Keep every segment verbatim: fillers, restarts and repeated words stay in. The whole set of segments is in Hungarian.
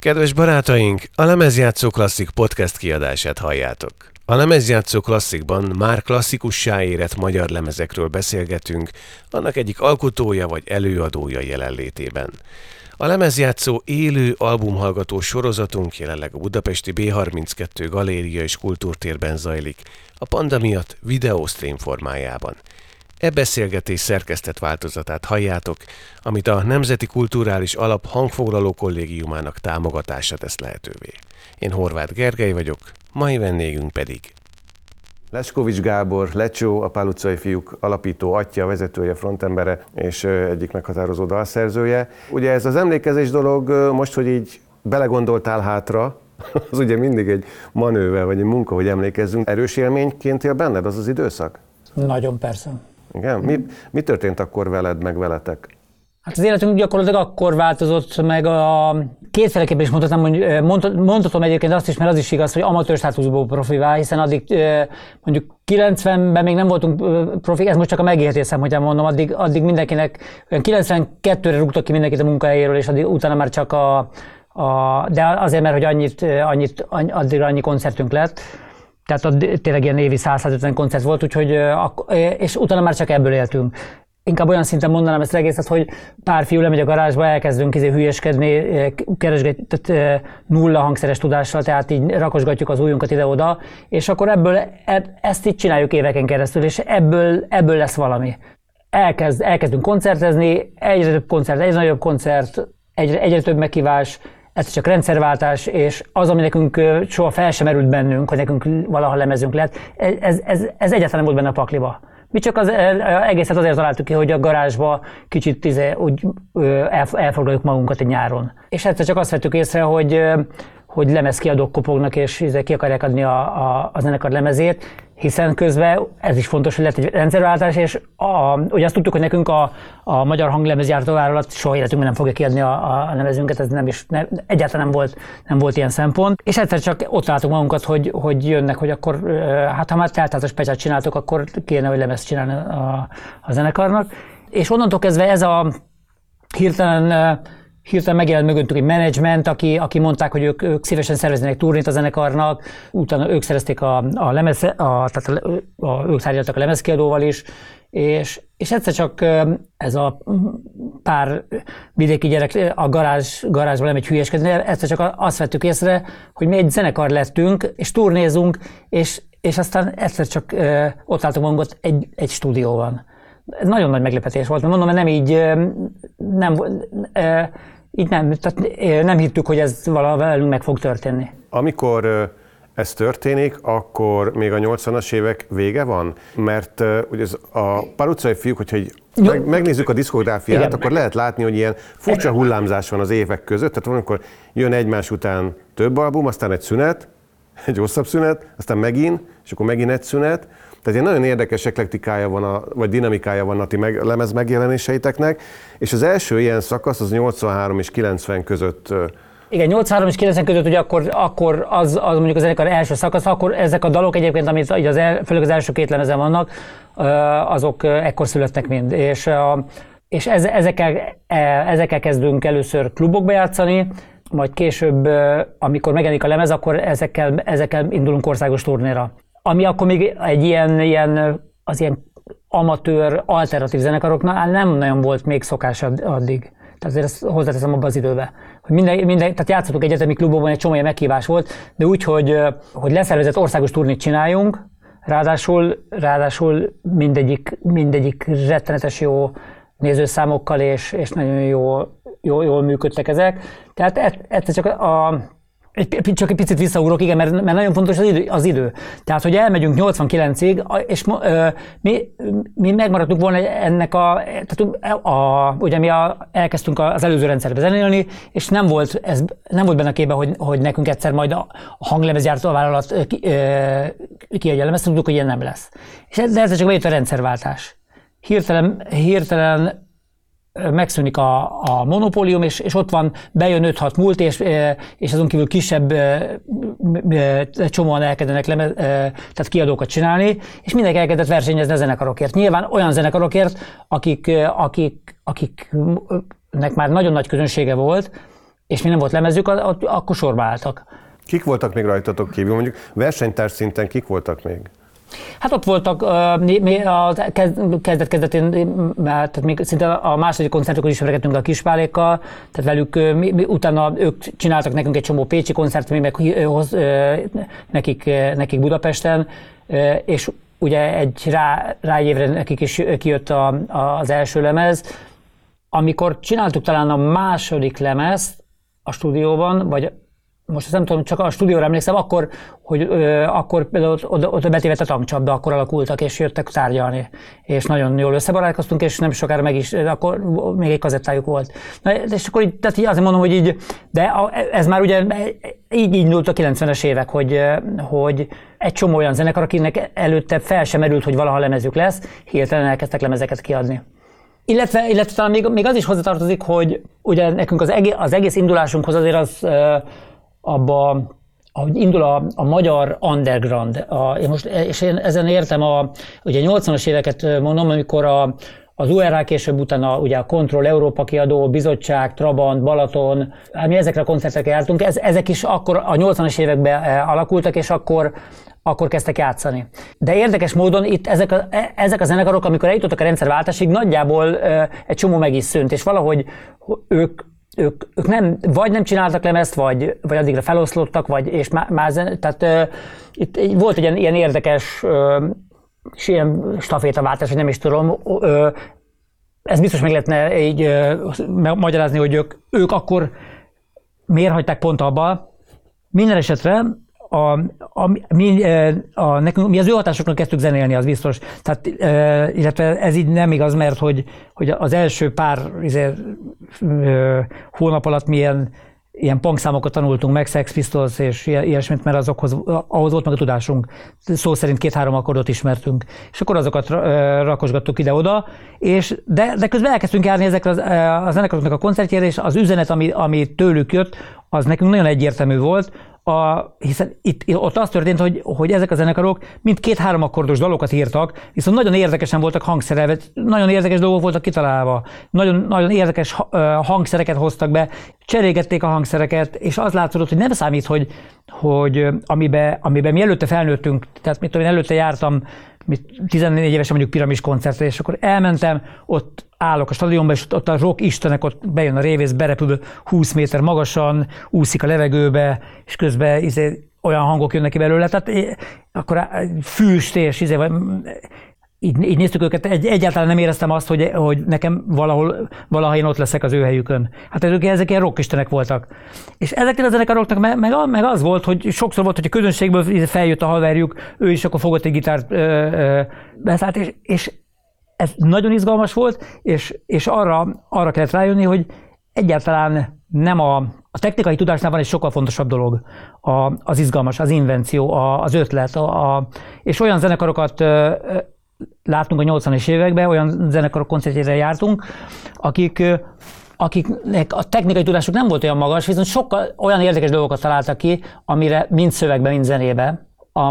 Kedves barátaink, a Lemezjátszó Klasszik podcast kiadását halljátok. A Lemezjátszó Klasszikban már klasszikussá érett magyar lemezekről beszélgetünk, annak egyik alkotója vagy előadója jelenlétében. A Lemezjátszó élő albumhallgató sorozatunk jelenleg a budapesti bé harminckettő Galéria és Kultúrtérben zajlik, a Panda miatt videóstream formájában. E beszélgetés szerkesztett változatát halljátok, amit a Nemzeti Kulturális Alap hangfoglaló kollégiumának támogatása tesz lehetővé. Én Horváth Gergely vagyok, mai vendégünk pedig Leskovics Gábor, Lecsó, a Pál utcai fiúk alapító atya, vezetője, frontembere és egyik meghatározó dalszerzője. Ugye ez az emlékezés dolog, most, hogy így belegondoltál hátra, az ugye mindig egy manőver vagy egy munka, hogy emlékezzünk. Erős élményként él benned az az időszak? Nagyon, persze. Igen? Mi, mi történt akkor veled, meg veletek? Hát az életünk gyakorlatilag akkor változott meg, a kétféleképpen is mondhatom, hogy mondhatom egyébként azt is, mert az is igaz, hogy amatőr státuszból profivá, hiszen addig mondjuk kilencvenben még nem voltunk profik, ez most csak a megélhetés szempontján mondom, addig, addig mindenkinek, olyan kilencvenkettőre rúgtak ki mindenkit a munkahelyéről, és addig, utána már csak a, a de azért, mert hogy annyit, annyit, addigra annyi koncertünk lett, tehát ott tényleg ilyen évi száz-százötven koncert volt, úgyhogy, és utána már csak ebből éltünk. Inkább olyan szinten mondanám ezt az egészet, hogy pár fiú lemegy a garázsba, elkezdünk izé hülyeskedni, keresgetni nulla hangszeres tudással, tehát így rakosgatjuk az ujjunkat ide-oda, és akkor ebből ezt így csináljuk éveken keresztül, és ebből, ebből lesz valami. Elkezd, elkezdünk koncertezni, egyre több koncert, egyre nagyobb koncert, egyre, egyre több meghívás, ez csak rendszerváltás, és az, ami nekünk soha fel sem merült bennünk, hogy nekünk valaha lemezünk lett, ez, ez, ez egyáltalán nem volt benne a pakliba. Mi csak az egészet azért találtuk ki, hogy a garázsba kicsit izé, úgy elfoglaljuk magunkat egy nyáron. És egyszer csak azt vettük észre, hogy, hogy lemezkiadók kopognak, és izé, ki akarják adni a, a, a zenekar lemezét, hiszen közben ez is fontos, hogy lett egy rendszerváltás, és a, ugye azt tudtuk, hogy nekünk a, a magyar hanglemezgyártó vállalat soha életünkben nem fogja kiadni a, a lemezünket, ez nem is, nem, egyáltalán nem volt, nem volt ilyen szempont. És egyszer csak ott találtuk magunkat, hogy, hogy jönnek, hogy akkor, hát ha már teltházas pecsát csináltok, akkor kéne, hogy lemezt csinálni a, a zenekarnak. És onnantól kezdve ez a hirtelen Hirtelen megjelent mögöttük egy menedzsment, aki, aki mondták, hogy ők, ők szívesen szerveznének turnét a zenekarnak, utána ők szerezték a, a lemez, a, tehát a, a, ők tárgyaltak a lemezkiadóval is, és, és egyszer csak ez a pár vidéki gyerek a garázs, garázsban lemegy hülyeskedni, egyszer csak azt vettük észre, hogy mi egy zenekar lettünk, és turnézunk, és, és aztán egyszer csak ott álltunk magunkat egy, egy stúdióban. Ez nagyon nagy meglepetés volt, mert mondom, mert nem így, nem, így nem, tehát nem hittük, hogy ez valavelünk meg fog történni. Amikor ez történik, akkor még a nyolcvanas évek vége van? Mert ugye ez a Pál utcai fiúk, hogyha meg, megnézzük a diszkográfiát, igen, akkor lehet látni, hogy ilyen furcsa hullámzás van az évek között, tehát valamikor jön egymás után több album, aztán egy szünet, egy hosszabb szünet, aztán megint, és akkor megint egy szünet. Tehát egy nagyon érdekes eklektikája van, a, vagy dinamikája van a ti meg, lemez megjelenéseiteknek, és az első ilyen szakasz az nyolcvanhárom és kilencven között. Igen, nyolcvanhárom és kilencven között ugye akkor, akkor az, az mondjuk az zenekar első szakasz, akkor ezek a dalok egyébként, amit az el, főleg az első két lemezen vannak, azok ekkor születtek mind. És, és ez, ezekkel, ezekkel kezdünk először klubokba játszani, majd később, amikor megjelenik a lemez, akkor ezekkel, ezekkel indulunk országos turnéra. Ami akkor még egy ilyen, ilyen, az ilyen amatőr, alternatív zenekaroknál nem nagyon volt még szokás addig. Tehát azért ezt hozzáteszem abba az időbe. Hogy minden, minden, tehát játszottuk egyetemi klubokban, egy csomó ilyen meghívás volt, de úgy, hogy, hogy leszervezett országos turnét csináljunk, ráadásul, ráadásul mindegyik, mindegyik rettenetes jó nézőszámokkal, és, és nagyon jó, jó, jól működtek ezek. Tehát egyszer csak a Csak egy picit visszaugrok, igen, mert, mert nagyon fontos az idő, az idő. Tehát, hogy elmegyünk nyolcvankilencig, és ö, mi, mi megmaradtuk volna ennek a, tehát a, ugye mi a, elkezdtünk az előző rendszerbe zenélni, és nem volt, ez, nem volt benne a képben, hogy, hogy nekünk egyszer majd a hanglemezgyártó vállalat ki, kiadja a lemezt, tudjuk, hogy ilyen nem lesz. És de ez csak bejött a rendszerváltás. Hirtelen, hirtelen megszűnik a, a monopólium, és, és ott van, bejön öt-hat múlt, és, és azon kívül kisebb csomóan elkezdenek lemez, tehát kiadókat csinálni, és mindenki elkezdett versenyezni a zenekarokért. Nyilván olyan zenekarokért, akik, akik, akiknek már nagyon nagy közönsége volt, és mi nem volt lemezük, akkor sorba álltak. Kik voltak még rajtatok kívül? Mondjuk versenytárs szinten kik voltak még? Hát ott voltak, uh, mi a kezdet-kezdetén, tehát még szinte a második koncertokon ismerkedtünk a Kispálékkal, tehát velük, mi, mi, utána ők csináltak nekünk egy csomó pécsi koncert, mi meg hoz, uh, nekik, nekik Budapesten, uh, és ugye egy rá, rá egy évre nekik is kijött a, a, az első lemez. Amikor csináltuk talán a második lemezt a stúdióban, vagy most nem tudom, csak a stúdióra emlékszem, akkor, hogy ö, akkor például oda, oda betévedt a tankcsapda, akkor alakultak, és jöttek tárgyalni. És nagyon jól összebarátkoztunk, és nem sokára meg is, akkor még egy kazettájuk volt. Na, és akkor így, tehát így azért mondom, hogy így, de a, ez már ugye így indult a kilencvenes évek, hogy, hogy egy csomó olyan zenekar, akinek előtte fel sem merült, hogy valaha lemezük lesz, hirtelen elkezdtek lemezeket kiadni. Illetve, illetve talán még, még az is hozzátartozik, hogy ugye nekünk az egész, az egész indulásunkhoz azért az abba, ahogy indul a, a magyar underground, a, én most, és én ezen értem a ugye nyolcvanas éveket mondom, amikor a, az u er á később utána ugye a Control, Európa Kiadó, Bizottság, Trabant, Balaton, hát mi ezekre a koncertekre jártunk, ez, ezek is akkor a nyolcvanas években alakultak, és akkor, akkor kezdtek játszani. De érdekes módon itt ezek a, ezek a zenekarok, amikor eljutottak a rendszerváltásig, nagyjából egy csomó meg is szűnt, és valahogy ők Ők, ők nem, vagy nem csináltak lemezt, vagy, vagy addigra feloszlottak, vagy, és má, már zen, tehát uh, itt volt egy ilyen, ilyen érdekes uh, és ilyen stafétaváltás, hogy nem is tudom. Uh, ez biztos meg lehetne így uh, magyarázni, hogy ők, ők akkor miért hagyták pont abba. Minden esetre A, a, mi, a, nekünk, mi az ő hatásoknak kezdtük zenélni, az biztos. Tehát, e, illetve ez így nem igaz, mert hogy, hogy az első pár izé, e, hónap alatt milyen ilyen punk számokat tanultunk meg, Sex Pistols és ilyesmit, mert azokhoz, ahhoz volt meg a tudásunk. Szó szerint két-három akkordot ismertünk. És akkor azokat rakosgattuk ide-oda, és de, de közben elkezdtünk járni ezekre az, a zenekaroknak a koncertjére, és az üzenet, ami, ami tőlük jött, az nekünk nagyon egyértelmű volt, a, hiszen itt, ott az történt, hogy, hogy ezek a zenekarok mind két-három akkordos dalokat írtak, viszont nagyon érdekesen voltak hangszerelve, nagyon érdekes dolgok voltak kitalálva, nagyon, nagyon érdekes hangszereket hoztak be, cserélgették a hangszereket, és az látszott, hogy nem számít, hogy, hogy amiben, amiben mi előtte felnőttünk, tehát mit tudom én, előtte jártam, tizennégy évesen mondjuk Piramis koncertre, és akkor elmentem, ott állok a stadionba, és ott a rock istenek, ott bejön a révész, berepül húsz méter magasan, úszik a levegőbe, és közben izé, olyan hangok jönnek ki belőle, tehát akkor füst, és izé, így, így néztük őket, egy, egyáltalán nem éreztem azt, hogy, hogy nekem valahol, valaha én ott leszek az ő helyükön. Hát ezek, ezek ilyen rockistenek voltak. És ezeknél a zenekaroknak meg, meg, meg az volt, hogy sokszor volt, hogy a közönségből feljött a haverjuk, ő is akkor fogott egy gitárt, ö, ö, beszállt, és, és ez nagyon izgalmas volt, és, és arra, arra kellett rájönni, hogy egyáltalán nem a, a technikai tudásnál van egy sokkal fontosabb dolog, a, az izgalmas, az invenció, a, az ötlet, a, a, és olyan zenekarokat ö, láttunk a nyolcvanas években, olyan zenekarok koncertjére jártunk, akik, akiknek a technikai tudásuk nem volt olyan magas, viszont sokkal olyan érdekes dolgokat találtak ki, amire mind szövegben, mind zenében,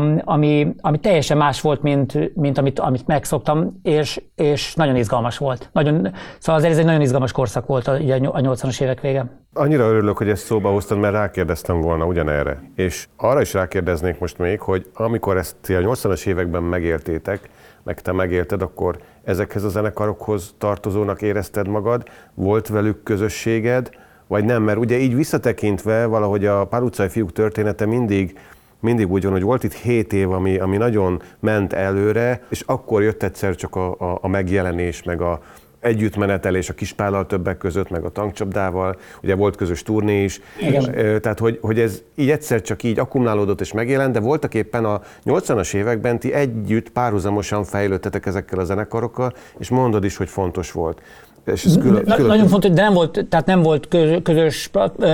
ami, ami teljesen más volt, mint, mint amit, amit megszoktam, és, és nagyon izgalmas volt. Nagyon, szóval azért ez egy nagyon izgalmas korszak volt a, a nyolcvanas évek vége. Annyira örülök, hogy ezt szóba hoztad, mert rákérdeztem volna ugyanerre. És arra is rákérdeznék most még, hogy amikor ezt a nyolcvanas években megéltétek, meg te megélted, akkor ezekhez a zenekarokhoz tartozónak érezted magad? Volt velük közösséged, vagy nem? Mert ugye így visszatekintve valahogy a Pál utcai fiúk története mindig, mindig úgy van, hogy volt itt hét év, ami, ami nagyon ment előre, és akkor jött egyszer csak a, a, a megjelenés, meg a együttmenetelés a Kispállal többek között, meg a Tankcsapdával, ugye volt közös turné is. Igen. Tehát, hogy, hogy ez így egyszer csak így akkumulálódott és megjelent, de voltak éppen a nyolcvanas években ti együtt párhuzamosan fejlődtetek ezekkel a zenekarokkal, és mondod is, hogy fontos volt. És ez külön, külön... Nagyon fontos, de nem volt, tehát nem volt közös,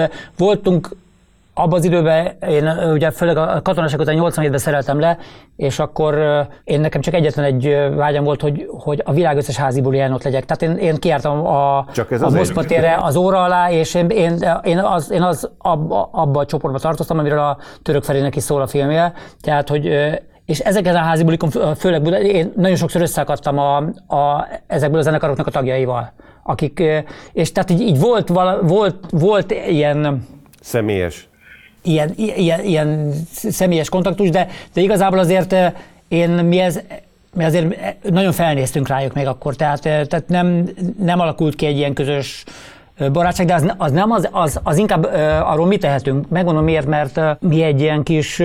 voltunk abban az időben, én ugye főleg a katonaság után nyolcvanhétben szereltem le, és akkor én nekem csak egyetlen egy vágyam volt, hogy, hogy a világ összes házi buliján ott legyek. Tehát én, én kiártam a, a Moszkva térre az óra alá, és én, én, én az, én az abba, abba a csoportba tartoztam, amiről a Török Ferének is szól a filmje. Tehát, hogy és ezeken a házi bulikon, főleg én nagyon sokszor összeakadtam a, a, ezekből a zenekaroknak a tagjaival. akik, és tehát így, így volt, vala, volt, volt ilyen... Személyes. Ilyen, ilyen, ilyen személyes kontaktus, de, de igazából azért én, mi, ez, mi azért nagyon felnéztünk rájuk még akkor, tehát, tehát nem, nem alakult ki egy ilyen közös barátság, de az, az nem, az, az, az inkább arról mi tehetünk. Megmondom miért, mert mi egy ilyen kis,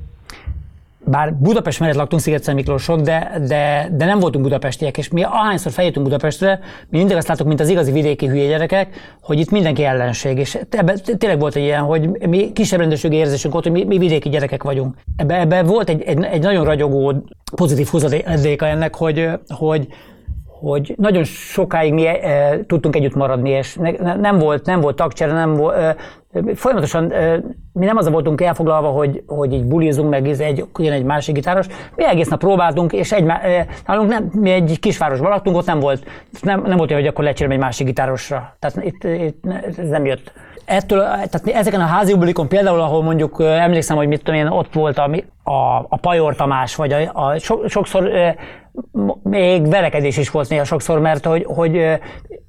bár Budapest mellett laktunk Sziget-Szentmiklóson, de, de, de nem voltunk budapestiek, és mi ahányszor feljöttünk Budapestre, mi mindig azt látok, mint az igazi vidéki hülye gyerekek, hogy itt mindenki ellenség, és ebben tényleg volt egy ilyen, hogy mi kisebb rendőrségi érzésünk volt, hogy mi, mi vidéki gyerekek vagyunk. Ebben ebbe volt egy, egy, egy nagyon ragyogó, pozitív hozadéka ennek, hogy, hogy hogy nagyon sokáig mi e, tudtunk együtt maradni, és ne, nem volt, nem volt tagcsere, nem volt, e, folyamatosan e, mi nem azzal voltunk elfoglalva, hogy, hogy így bulizunk, meg ez egy, egy másik gitáros, mi egész nap próbáltunk, és egy, e, nálunk nem, mi egy kisvárosban laktunk, ott nem volt, nem, nem volt olyan, hogy akkor lecserélem egy másik gitárosra, tehát itt, itt ez nem jött. Ettől, tehát ezeken a házi bulikon például, ahol mondjuk emlékszem, hogy mit tudom én, ott volt a, a, a Pajor Tamás, vagy a, a so, sokszor e, még verekedés is volt néha sokszor, mert hogy, hogy e,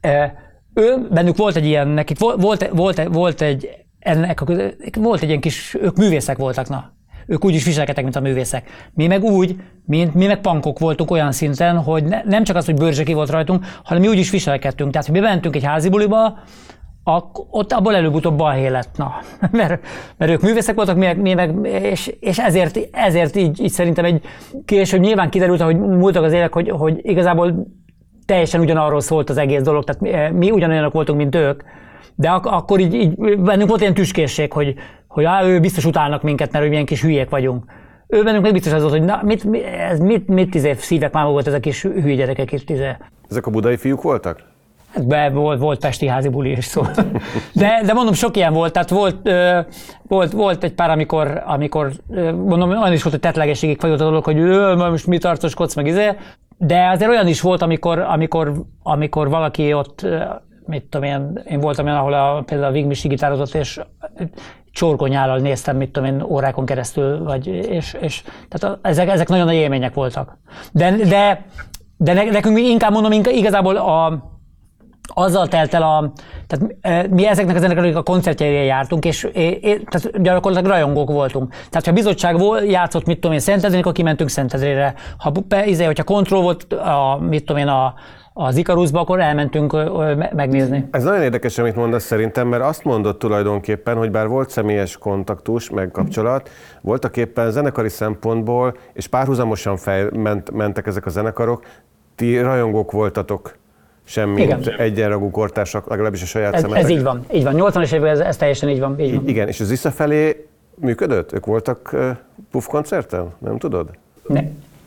ő, bennük volt egy ilyen, nekik volt, volt, volt egy, ennek, volt egy ilyen kis, ők művészek voltak, na. Ők úgy is viselkedtek, mint a művészek. Mi meg úgy, mint mi meg pankok voltunk olyan szinten, hogy ne, nem csak az, hogy bőrzse ki volt rajtunk, hanem mi úgy is viselkedtünk. Tehát, hogy mi mentünk egy házi buliba, ott abból előbb-utóbb balhé lett, na. mert, mert ők művészek voltak, mi meg, mi meg és, és ezért, ezért így, így szerintem egy később nyilván kiderült, hogy múltak az évek, hogy, hogy igazából teljesen ugyanarról szólt az egész dolog, tehát mi, mi ugyanolyanok voltunk, mint ők, de ak- akkor így, így bennünk volt ilyen tüskészség, hogy, hogy á, ő biztos utálnak minket, mert hogy milyen kis hülyék vagyunk. Ő bennünk meg biztos az volt, hogy na, mit, mit, ez mit, mit izé, szívek máma volt ez a kis hülye gyerekek itt. Izé. Ezek a budai fiúk voltak? Be, volt, volt pesti házi buli is szó. De, de mondom, sok ilyen volt, tehát volt, volt, volt egy pár, amikor, amikor mondom, olyan is volt, hogy tetlegességig fagyott a dolog, hogy most mit arcoskodsz meg izé, de azért olyan is volt, amikor, amikor, amikor valaki ott, mit tudom én, én voltam olyan, ahol a, például a Vig Misi gitározott, és csorgonyállal néztem, mit tudom én, órákon keresztül, vagy, és, és tehát ezek, ezek nagyon nagy élmények voltak. De, de, de nekünk inkább mondom, igazából a azzal telt el a, tehát mi ezeknek az zenekaroknak a koncertjeire jártunk, és é, é, tehát gyakorlatilag rajongók voltunk. Tehát ha a bizottság volt, játszott, mit tudom én, Szentendrén, akkor kimentünk Szentendrére. Ha, izé, hogyha Control volt, a, mit tudom én, a, az Ikarusba, akkor elmentünk megnézni. Ez nagyon érdekes, amit mondasz szerintem, mert azt mondod tulajdonképpen, hogy bár volt személyes kontaktus, meg kapcsolat, voltak éppen zenekari szempontból, és párhuzamosan fej, ment, mentek ezek a zenekarok, ti rajongók voltatok. Semmi egyenragú kortársak, legalábbis a saját ez, szemetek. Ez így van, így van. nyolcvanas években ez, ez teljesen így van, így van. Igen, és az visszafelé működött? Ők voltak uh, Puff koncerten? Nem tudod? Ne.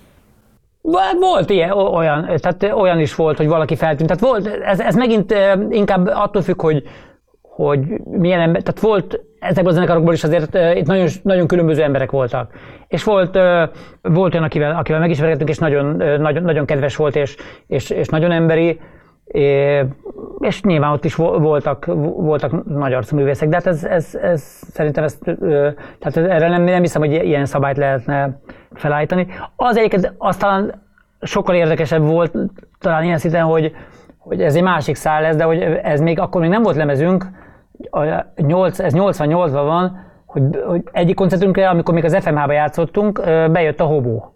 Volt ilyen, olyan, tehát olyan is volt, hogy valaki feltűnt. Tehát volt, ez, ez megint inkább attól függ, hogy, hogy milyen ember, tehát volt ezekből a zenekarokból is azért itt nagyon, nagyon különböző emberek voltak. És volt, volt olyan, akivel, akivel megismerkedtünk, és nagyon, nagyon, nagyon kedves volt, és, és, és nagyon emberi. É, és nyilván ott is voltak, voltak nagy arcú művészek, de hát ez, ez, ez szerintem ezt, tehát erre nem, nem hiszem, hogy ilyen szabályt lehetne felállítani. Az egyébként aztán sokkal érdekesebb volt talán ilyen szinten, hogy, hogy ez egy másik szál lesz, de hogy ez még akkor még nem volt lemezünk, ez nyolcvannyolcban van, hogy, hogy egyik koncertünkre, amikor még az ef em há-ba játszottunk, bejött a Hobó.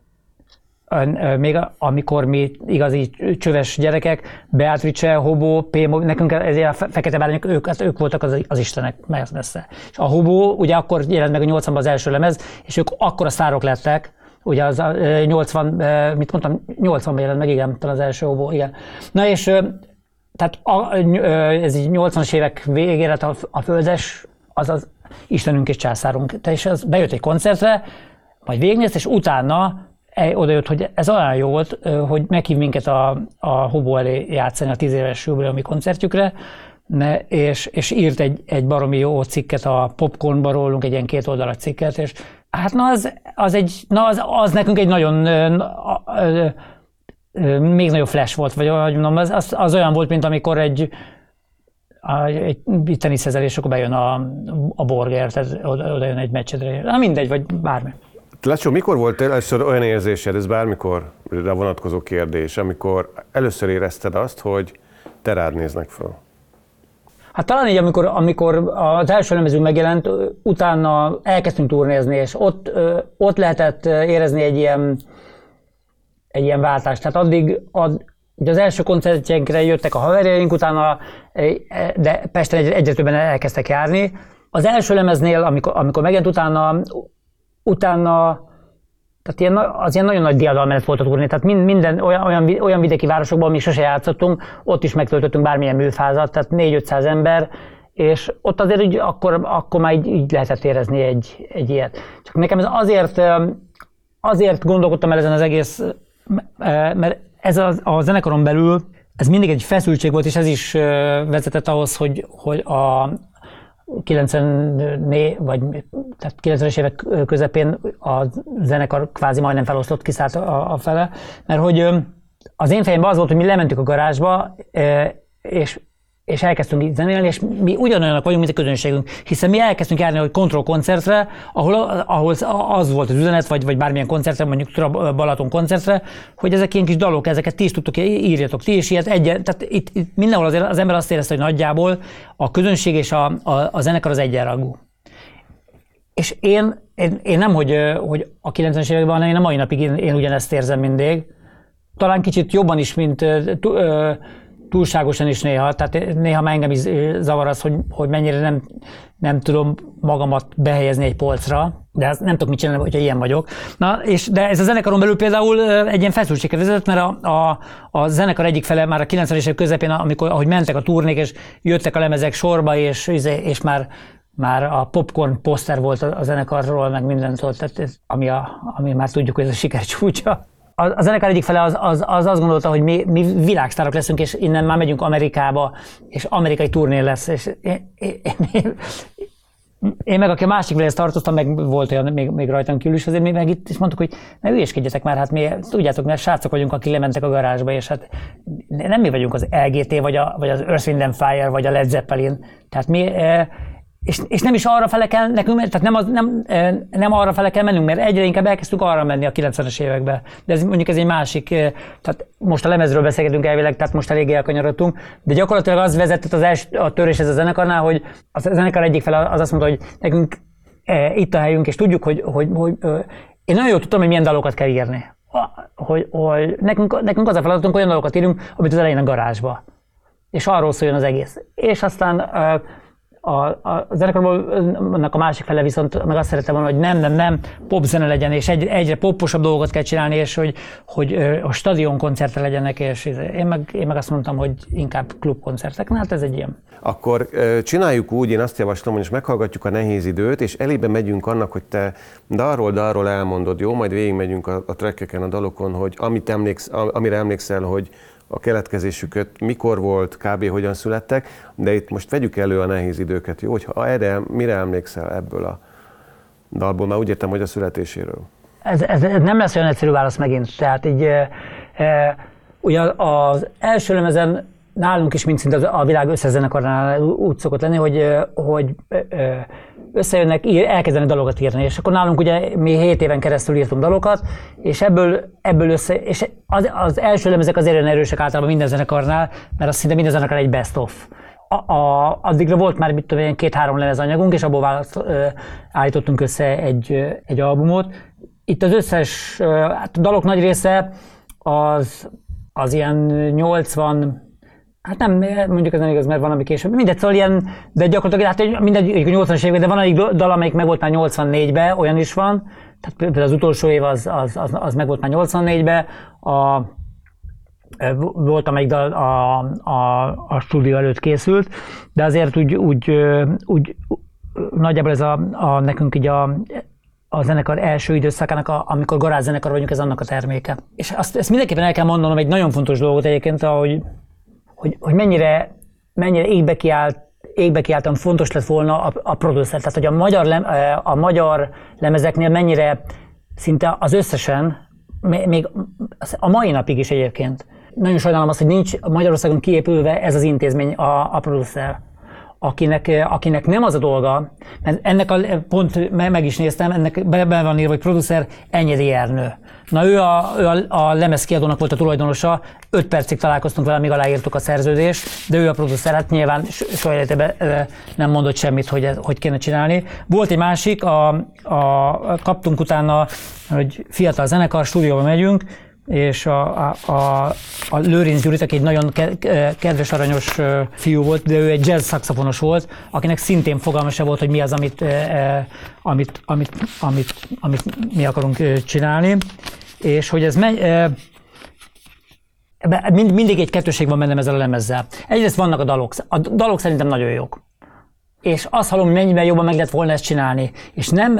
Még amikor mi igazi csöves gyerekek, Beatrice, Hobó, P. nekünk ezért a fekete bárányok, ők, ők voltak az, az istenek messze. És a Hobó ugye akkor jelent meg a nyolcvanban az első lemez, és ők akkor a sztárok lettek, ugye az a nyolcvan, mit mondtam, nyolcvanban jelent meg, igen, talán az első Hobó, igen. Na és tehát a, ez így nyolcvanas évek végére a, a Földes, az az Istenünk és császárunk. És az bejött egy koncertre, majd végignézte, és utána oda jött, hogy ez olyan jó volt, hogy meghív minket a, a Hobó elé játszani a tíz éves jubileumi koncertjükre, ne, és, és írt egy, egy baromi jó cikket a Popcornba rólunk, egy ilyen két oldalas cikket, és hát na az, az, egy, na az, az nekünk egy nagyon na, még nagyobb flash volt, vagy mondom, az, az, az olyan volt, mint amikor egy, egy teniszezel, és akkor bejön a, a Borger, tehát oda, oda jön egy meccsedre, na mindegy, vagy bármi. Lassó, mikor volt először olyan érzésed, ez bármikor rá vonatkozó kérdés, amikor először érezted azt, hogy te rád néznek föl? Hát talán így, amikor, amikor az első lemezünk megjelent, utána elkezdtünk turnézni, és ott, ott lehetett érezni egy ilyen, egy ilyen váltást. Tehát addig ad, az első koncertjeinkre jöttek a haverjaink, utána, de Pesten egyre, egyre többen elkezdtek járni. Az első lemeznél, amikor, amikor megjelent, utána, utána tehát ilyen, az ilyen nagyon nagy diadal mellett volt a turné, tehát minden olyan, olyan, olyan vidéki városokban, mi sose játszottunk, ott is megtöltöttünk bármilyen műfázat, tehát négy-ötszáz ember, és ott azért így, akkor, akkor már így, így lehetett érezni egy, egy ilyet. Csak nekem ez azért, azért gondolkodtam el ezen az egész, mert ez a, a zenekaron belül, ez mindig egy feszültség volt, és ez is vezetett ahhoz, hogy, hogy a kilencvennégy vagy tehát kilencvenes évek közepén a zenekar kvázi majdnem felosztott, kiszállt a, a fele, mert hogy az én fejemben az volt, hogy mi lementük a garázsba, és, és elkezdtünk itt zenélni, és mi ugyanolyanak vagyunk, mint a közönségünk, hiszen mi elkezdtünk járni a Control koncertre, ahol, ahol az volt az üzenet, vagy, vagy bármilyen koncertre, mondjuk Balaton koncertre, hogy ezek ilyen kis dalok, ezeket ti is tudtok, írjatok ti is ilyet. Egy, tehát itt, itt mindenhol azért az ember azt érezte, hogy nagyjából a közönség és a, a, a zenekar az egyenrangú. És én, én, én nem, hogy, hogy a kilencvenes években, hanem én a mai napig én, én ugyanezt érzem mindig. Talán kicsit jobban is, mint túlságosan is néha, tehát néha már engem is zavar az, hogy, hogy mennyire nem, nem tudom magamat behelyezni egy polcra, de nem tudok mit csinálni, hogyha ilyen vagyok. Na, és, de ez a zenekaron belül például egy ilyen feszültségre vezetett, mert a, a, a zenekar egyik fele már a kilencvenes évek közepén, amikor, ahogy mentek a turnék, és jöttek a lemezek sorba, és, és már már a Popcorn poszter volt a zenekarról, meg mindentől, tehát ez, ami, a, ami már tudjuk, hogy ez a siker csúcsa. A, a zenekar egyik fele az, az, az azt gondolta, hogy mi, mi világsztárok leszünk, és innen már megyünk Amerikába, és amerikai turné lesz. És én, én, én, én meg, aki a másik feléhez tartoztam, meg volt olyan még, még rajtam kívül is, azért mi meg itt is mondtuk, hogy ne hülyéskedjetek már, hát mi tudjátok, mert srácok vagyunk, akik lementek a garázsba, és hát nem mi vagyunk az el gé té, vagy, a, vagy az Earth, Wind and Fire, vagy a Led Zeppelin. Tehát mi... És, és nem is arra fele kell nekünk, tehát nem, az, nem, nem arra fele kell mennünk, mert egyre inkább elkezdtünk arra menni a kilencvenes években. De ez mondjuk ez egy másik, tehát most a lemezről beszélgetünk elvileg, tehát most eléggé elkanyarodtunk, de gyakorlatilag az vezetett az első, a töréshez a zenekarnál, hogy a zenekar egyik fele az azt mondta, hogy nekünk e, itt a helyünk, és tudjuk, hogy, hogy, hogy én nagyon jól tudtam, hogy milyen dalokat kell írni. Hogy, hogy nekünk, nekünk az a feladatunk, olyan dalokat írunk, amit az elején a garázsba. És arról szóljon az egész. És aztán A, a zenekarban a másik fele viszont meg azt szerettem volna, hogy nem, nem, nem, popzene legyen, és egy, egyre poposabb dolgokat kell csinálni, és hogy, hogy a stadion koncertre legyenek, és én meg, én meg azt mondtam, hogy inkább klubkoncertek. Na hát ez egy ilyen. Akkor csináljuk úgy, én azt javaslom, hogy most meghallgatjuk a Nehéz időt, és elébe megyünk annak, hogy te dalról dalról elmondod, jó? Majd végigmegyünk a, a trackeken, a dalokon, hogy amit emléksz, amire emlékszel, hogy a keletkezésüket mikor volt, kb. Hogyan születtek, de itt most vegyük elő a nehéz időket, jó? Hogyha erre, mire emlékszel ebből a dalból? Már úgy értem, hogy a születéséről. Ez, ez nem lesz olyan egyszerű válasz megint. Tehát így, e, e, ugye az első lemezen nálunk is, mint szinte a világ összes zenekarnál úgy szokott lenni, hogy, hogy e, összejönnek, ír, elkezdenek dalokat írni, és akkor nálunk ugye mi hét éven keresztül írtunk dalokat, és ebből, ebből össze, és az, az első lemezek azért olyan erősek általában minden zenekarnál, mert az szinte minden zenekar egy best of. A, a, addigra volt már mit tudom, két-három lemezanyagunk, és abból választ, ö, állítottunk össze egy, egy albumot. Itt az összes, ö, hát a dalok nagy része az, az ilyen nyolcvan, hát nem, mondjuk ez nem igaz, mert van, ami később. Mindegy, szóval ilyen, de gyakorlatilag hát mindegy, nyolcvanas évek, de van egy dal, amelyik meg volt már nyolcvannégyben, olyan is van. Tehát például az utolsó év az, az, az, az meg volt már nyolcvannégyben. A, volt, amelyik dal a, a, a stúdió előtt készült, de azért úgy, úgy, úgy nagyjából ez a, a nekünk így a, a zenekar első időszakának, a, amikor garázszenekar vagyunk, ez annak a terméke. És azt, ezt mindenképpen el kell mondanom, egy nagyon fontos dolgot egyébként, ahogy Hogy, hogy mennyire, mennyire égbe, kiállt, égbe kiálltan fontos lett volna a, a producer. Tehát, hogy a magyar, lem, a magyar lemezeknél mennyire szinte az összesen, még a mai napig is egyébként. Nagyon sajnálom azt, hogy nincs Magyarországon kiépülve ez az intézmény, a, a producer. akinek, akinek nem az a dolga, mert ennek a, pont meg is néztem, ennek be van írva, hogy producer Enyedi Ernő. Na ő a, ő a, a lemezkiadónak volt a tulajdonosa, öt percig találkoztunk vele, míg aláírtuk a szerződést, de ő a producer, hát nyilván soha életében nem mondott semmit, hogy, hogy kéne csinálni. Volt egy másik, a, a, kaptunk utána, hogy fiatal zenekar, stúdióba megyünk, és a, a, a, a Lőrinc Gyurit, aki egy nagyon kedves, aranyos fiú volt, de ő egy jazz szaxofonos volt, akinek szintén fogalma se volt, hogy mi az, amit, amit, amit, amit, amit mi akarunk csinálni, és hogy ez megy, mind, mindig egy kettőség van bennem ezzel a lemezzel. Egyrészt vannak a dalok, a dalok szerintem nagyon jók, és azt hallom, hogy mennyivel jobban meg lehet volna ezt csinálni, és nem,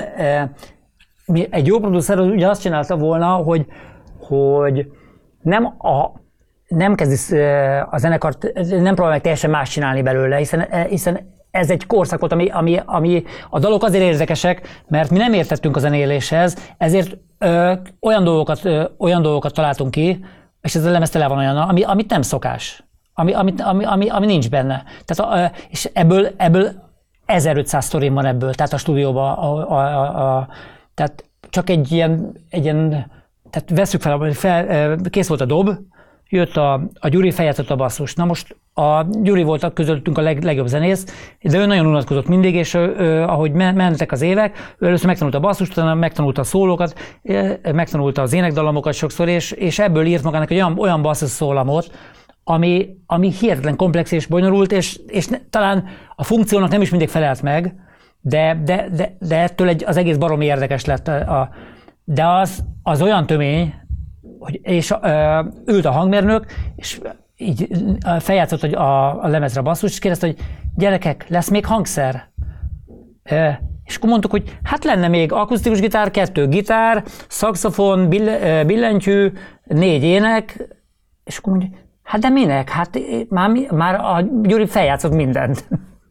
egy jó producer ugye azt csinálta volna, hogy hogy nem, a, nem kezdi a zenekart, nem próbál meg teljesen más csinálni belőle, hiszen, hiszen ez egy korszak volt, ami, ami, ami a dalok azért érdekesek, mert mi nem értettünk a zenéléshez, ezért ö, olyan, dolgokat, ö, olyan dolgokat találtunk ki, és ez a lemez tele van olyan, ami, amit nem szokás, ami, ami, ami, ami, ami nincs benne. Tehát, ö, és ebből, ebből ezerötszáz sztorim van ebből, tehát a stúdióban, a, a, a, a, tehát csak egy ilyen, egy ilyen tehát veszük fel, fel, kész volt a dob, jött a, a Gyuri, feljátszott a basszus. Na most a Gyuri volt a közöttünk a leg, legjobb zenész, de ő nagyon unatkozott mindig, és ő, ő, ahogy mentek az évek, ő először megtanulta a basszust, utána megtanulta a szólókat, megtanulta az énekdalamokat sokszor, és, és ebből írt magának egy olyan, olyan basszus szólamot, ami, ami hihetetlen komplex és bonyolult, és, és ne, talán a funkciónak nem is mindig felelt meg, de, de, de, de ettől egy, az egész baromi érdekes lett. A, a, de az, az olyan tömény, hogy, és ö, ült a hangmérnök, és így feljátszott a, a lemezre a basszus, és kérdezte, hogy gyerekek, lesz még hangszer? Ö, és akkor mondtuk, hogy hát lenne még akusztikus gitár, kettő gitár, szaxofon, bill, billentyű, négy ének, és akkor mondja, hát de minek? Hát már, már a Gyuri feljátszott mindent.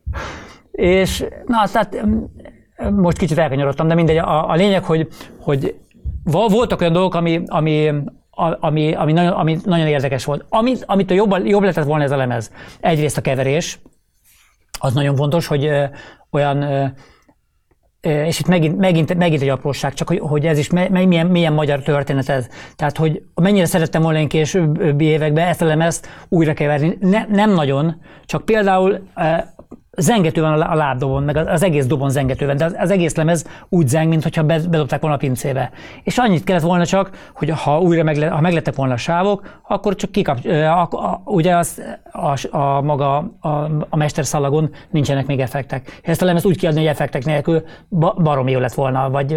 És na, tehát most kicsit elkanyarodtam, de mindegy, a, a lényeg, hogy, hogy voltak olyan dolgok, ami, ami, ami, ami, nagyon, ami nagyon érdekes volt. Amit, amitől jobb, jobb lehetett volna ez a lemez. Egyrészt a keverés, az nagyon fontos, hogy ö, olyan, ö, és itt megint, megint, megint egy apróság, csak hogy, hogy ez is me, milyen, milyen magyar történet ez. Tehát, hogy mennyire szerettem volna én későbbi években ezt a lemezt újra keverni. Ne, nem nagyon, csak például ö, zengető van a lábdobon, meg az egész dobon zengető van, de az, az egész lemez úgy zeng, mintha bedobták volna a pincébe. És annyit kellett volna csak, hogy ha újra megle, ha meglettek volna a sávok, akkor csak kikap, a, a, ugye az, a, a maga a, a mesterszalagon nincsenek még effektek. Ezt a lemezt úgy kiadni, hogy effektek nélkül baromi jó lett volna, vagy,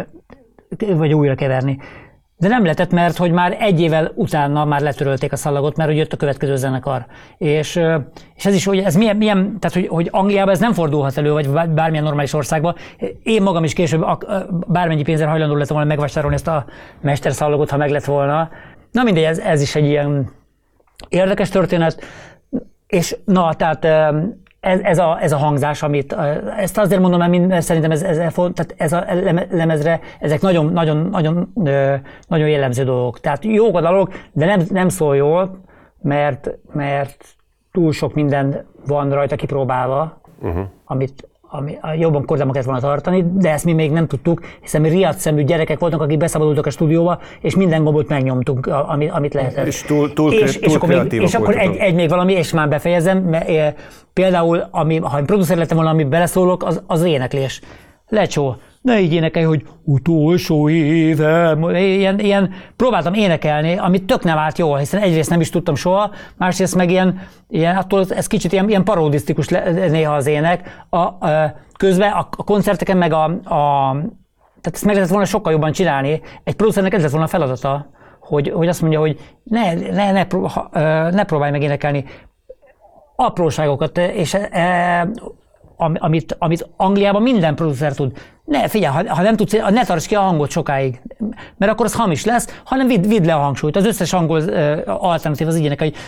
vagy újra keverni. De nem lehetett, mert hogy már egy évvel utána már letörölték a szalagot, mert hogy jött a következő zenekar. És, és ez is, hogy ez milyen, milyen tehát hogy, hogy Angliában ez nem fordulhat elő, vagy bármilyen normális országban. Én magam is később bármennyi pénzzel hajlandó lett volna megvásárolni ezt a mesterszalagot, ha meg lett volna. Na mindegy, ez, ez is egy ilyen érdekes történet. És na, tehát ez, ez, a, ez a hangzás, amit, ezt azért mondom, mert szerintem ez, ez, tehát ez a lemezre, ezek nagyon, nagyon, nagyon, nagyon jellemző dolgok. Tehát jók a dalok, de nem, nem szól jól, mert, mert túl sok minden van rajta kipróbálva, uh-huh. amit ami jobban kordában kellett volna tartani, de ezt mi még nem tudtuk, hiszen mi riadt szemű gyerekek voltunk, akik beszabadultak a stúdióba, és minden gombot megnyomtunk, amit, amit lehetett. És túl, túl, és, túl és akkor, még, és akkor egy, egy még valami, és már befejezem, mert, e, például, ami, ha én producer lettem volna, amit beleszólok, az, az éneklés. Lecsó, ne így énekelj, hogy utolsó évem, ilyen, ilyen, próbáltam énekelni, amit tök nem állt jól, hiszen egyrészt nem is tudtam soha, másrészt meg ilyen, ilyen attól ez kicsit ilyen, ilyen parodisztikus néha az ének. A, a, közben a, a koncerteken meg a, a, tehát ezt meg lehetett volna sokkal jobban csinálni. Egy producernek ez lett volna a feladata, hogy, hogy azt mondja, hogy ne, ne, ne, ne próbálj meg énekelni apróságokat, és e, amit, amit Angliában minden producer tud. Ne, figyelj, ha, ha nem tudsz, ne tarts ki a hangot sokáig, mert akkor az hamis lesz, hanem vidd, vidd le a hangsúlyt. Az összes angol uh, alternatív az ilyenek, hogy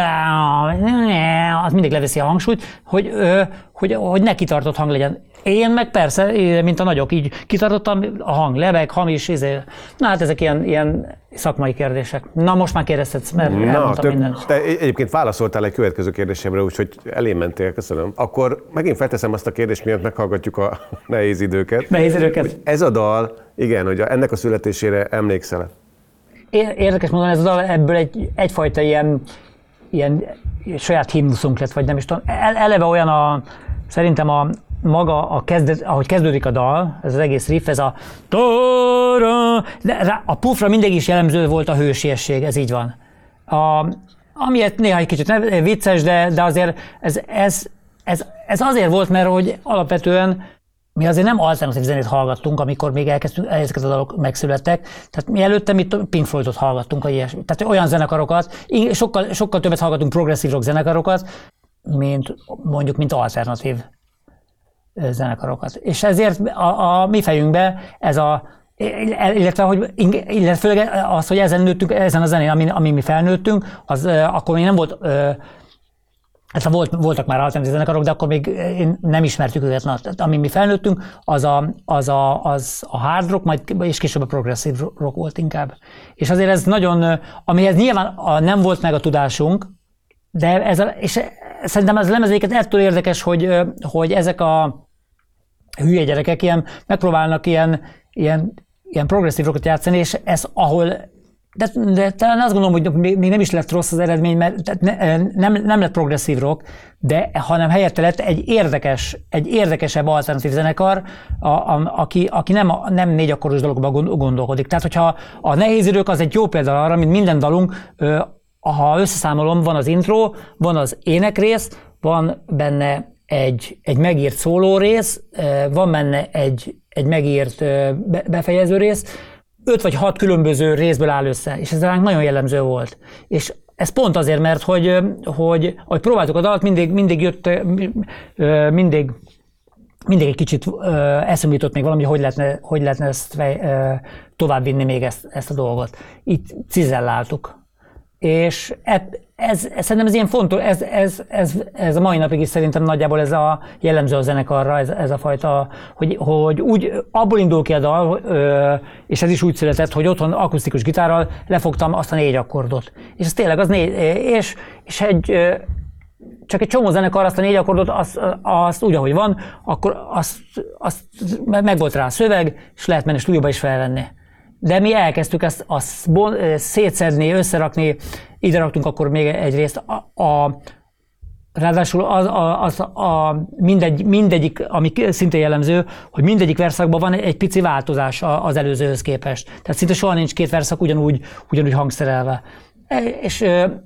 az mindig leveszi a hangsúlyt, hogy, uh, hogy, hogy ne kitartott hang legyen. Én meg persze, mint a nagyok, így kitartottam, a hang lebeg, hamis, izé. Na hát ezek ilyen, ilyen szakmai kérdések. Na most már kérdezhetsz, mert Na, elmondtam tök, mindent. te egyébként válaszoltál egy következő kérdésemre, úgyhogy elém mentél, köszönöm. Akkor megint felteszem azt a kérdést, miatt meghallgatjuk a nehéz időket. Nehéz időket. Ez a dal, igen, hogy ennek a születésére emlékszel-e? Érdekes módon ez a dal ebből egy, egyfajta ilyen, ilyen saját himnuszunk lett, vagy nem is tudom. Eleve olyan a, szerintem a maga, a kezdet, ahogy kezdődik a dal, ez az egész riff, ez a de a puffra mindig is jellemző volt a hősiesség, ez így van. A, amiért néha egy kicsit vicces, de, de azért ez, ez, ez, ez azért volt, mert hogy alapvetően mi azért nem alternatív zenét hallgattunk, amikor még elkezdtünk, ezeket a dalok megszülettek. Tehát mi előtte mi Pink Floydot hallgattunk, vagy ilyesmi. Tehát olyan zenekarokat, sokkal, sokkal többet hallgatunk progresszív rock zenekarokat, mint mondjuk, mint alternatív zenekarokat. És ezért a, a mi fejünkbe ez a, illetve, hogy, illetve főleg az, hogy ezen nőttünk, ezen a zenén, amin, amin mi felnőttünk, az akkor még nem volt, hát volt, voltak már alternatív zenekarok, de akkor még nem ismertük őket. Na, amin mi felnőttünk, az a, az, a, az a hard rock, majd és később a progresszív rock volt inkább. És azért ez nagyon, amihez nyilván a, nem volt meg a tudásunk, de ez a, és szerintem ez a lemezéket ettől érdekes, hogy, hogy ezek a hülye gyerekek ilyen, megpróbálnak ilyen, ilyen, ilyen progresszív rockot játszani, és ez ahol, de, de talán azt gondolom, hogy még nem is lett rossz az eredmény, mert ne, nem, nem lett progresszív rock, de hanem helyette lett egy érdekes, egy érdekesebb alternatív zenekar, a, a, aki, aki nem, nem négy akkordos dologban gondolkodik. Tehát, hogyha a Nehéz idők az egy jó példa arra, mint minden dalunk, ha összeszámolom, van az intro, van az énekrész, van benne egy, egy megírt szóló rész, van benne egy, egy megírt befejező rész, öt vagy hat különböző részből áll össze, és ez ránk nagyon jellemző volt. És ez pont azért, mert hogy, hogy ahogy próbáltuk a dalt, mindig, mindig jött, mindig, mindig egy kicsit eszembe jutott még valami, hogy lehetne, hogy lehetne ezt továbbvinni még ezt, ezt a dolgot. Itt cizelláltuk. És ez, ez, ez szerintem ez ilyen fontos, ez, ez, ez, ez a mai napig is szerintem nagyjából ez a jellemző a zenekarra, ez, ez a fajta, hogy, hogy úgy abból indul ki a dal, és ez is úgy született, hogy otthon akusztikus gitárral lefogtam azt a négy akkordot. És ez tényleg az négy, és, és egy, csak egy csomó zenekar azt a négy akkordot, azt, azt úgy, ahogy van, akkor azt, azt meg volt rá a szöveg, és lehet menni stúdióba is felvenni. De mi elkezdtük ezt, azt szétszedni, összerakni, ide raktunk akkor még egy részt. A, a, ráadásul az, a, az a, mindegy, mindegyik, ami szintén jellemző, hogy mindegyik verszakban van egy pici változás az előzőhöz képest. Tehát szinte soha nincs két verszak ugyanúgy, ugyanúgy hangszerelve. És,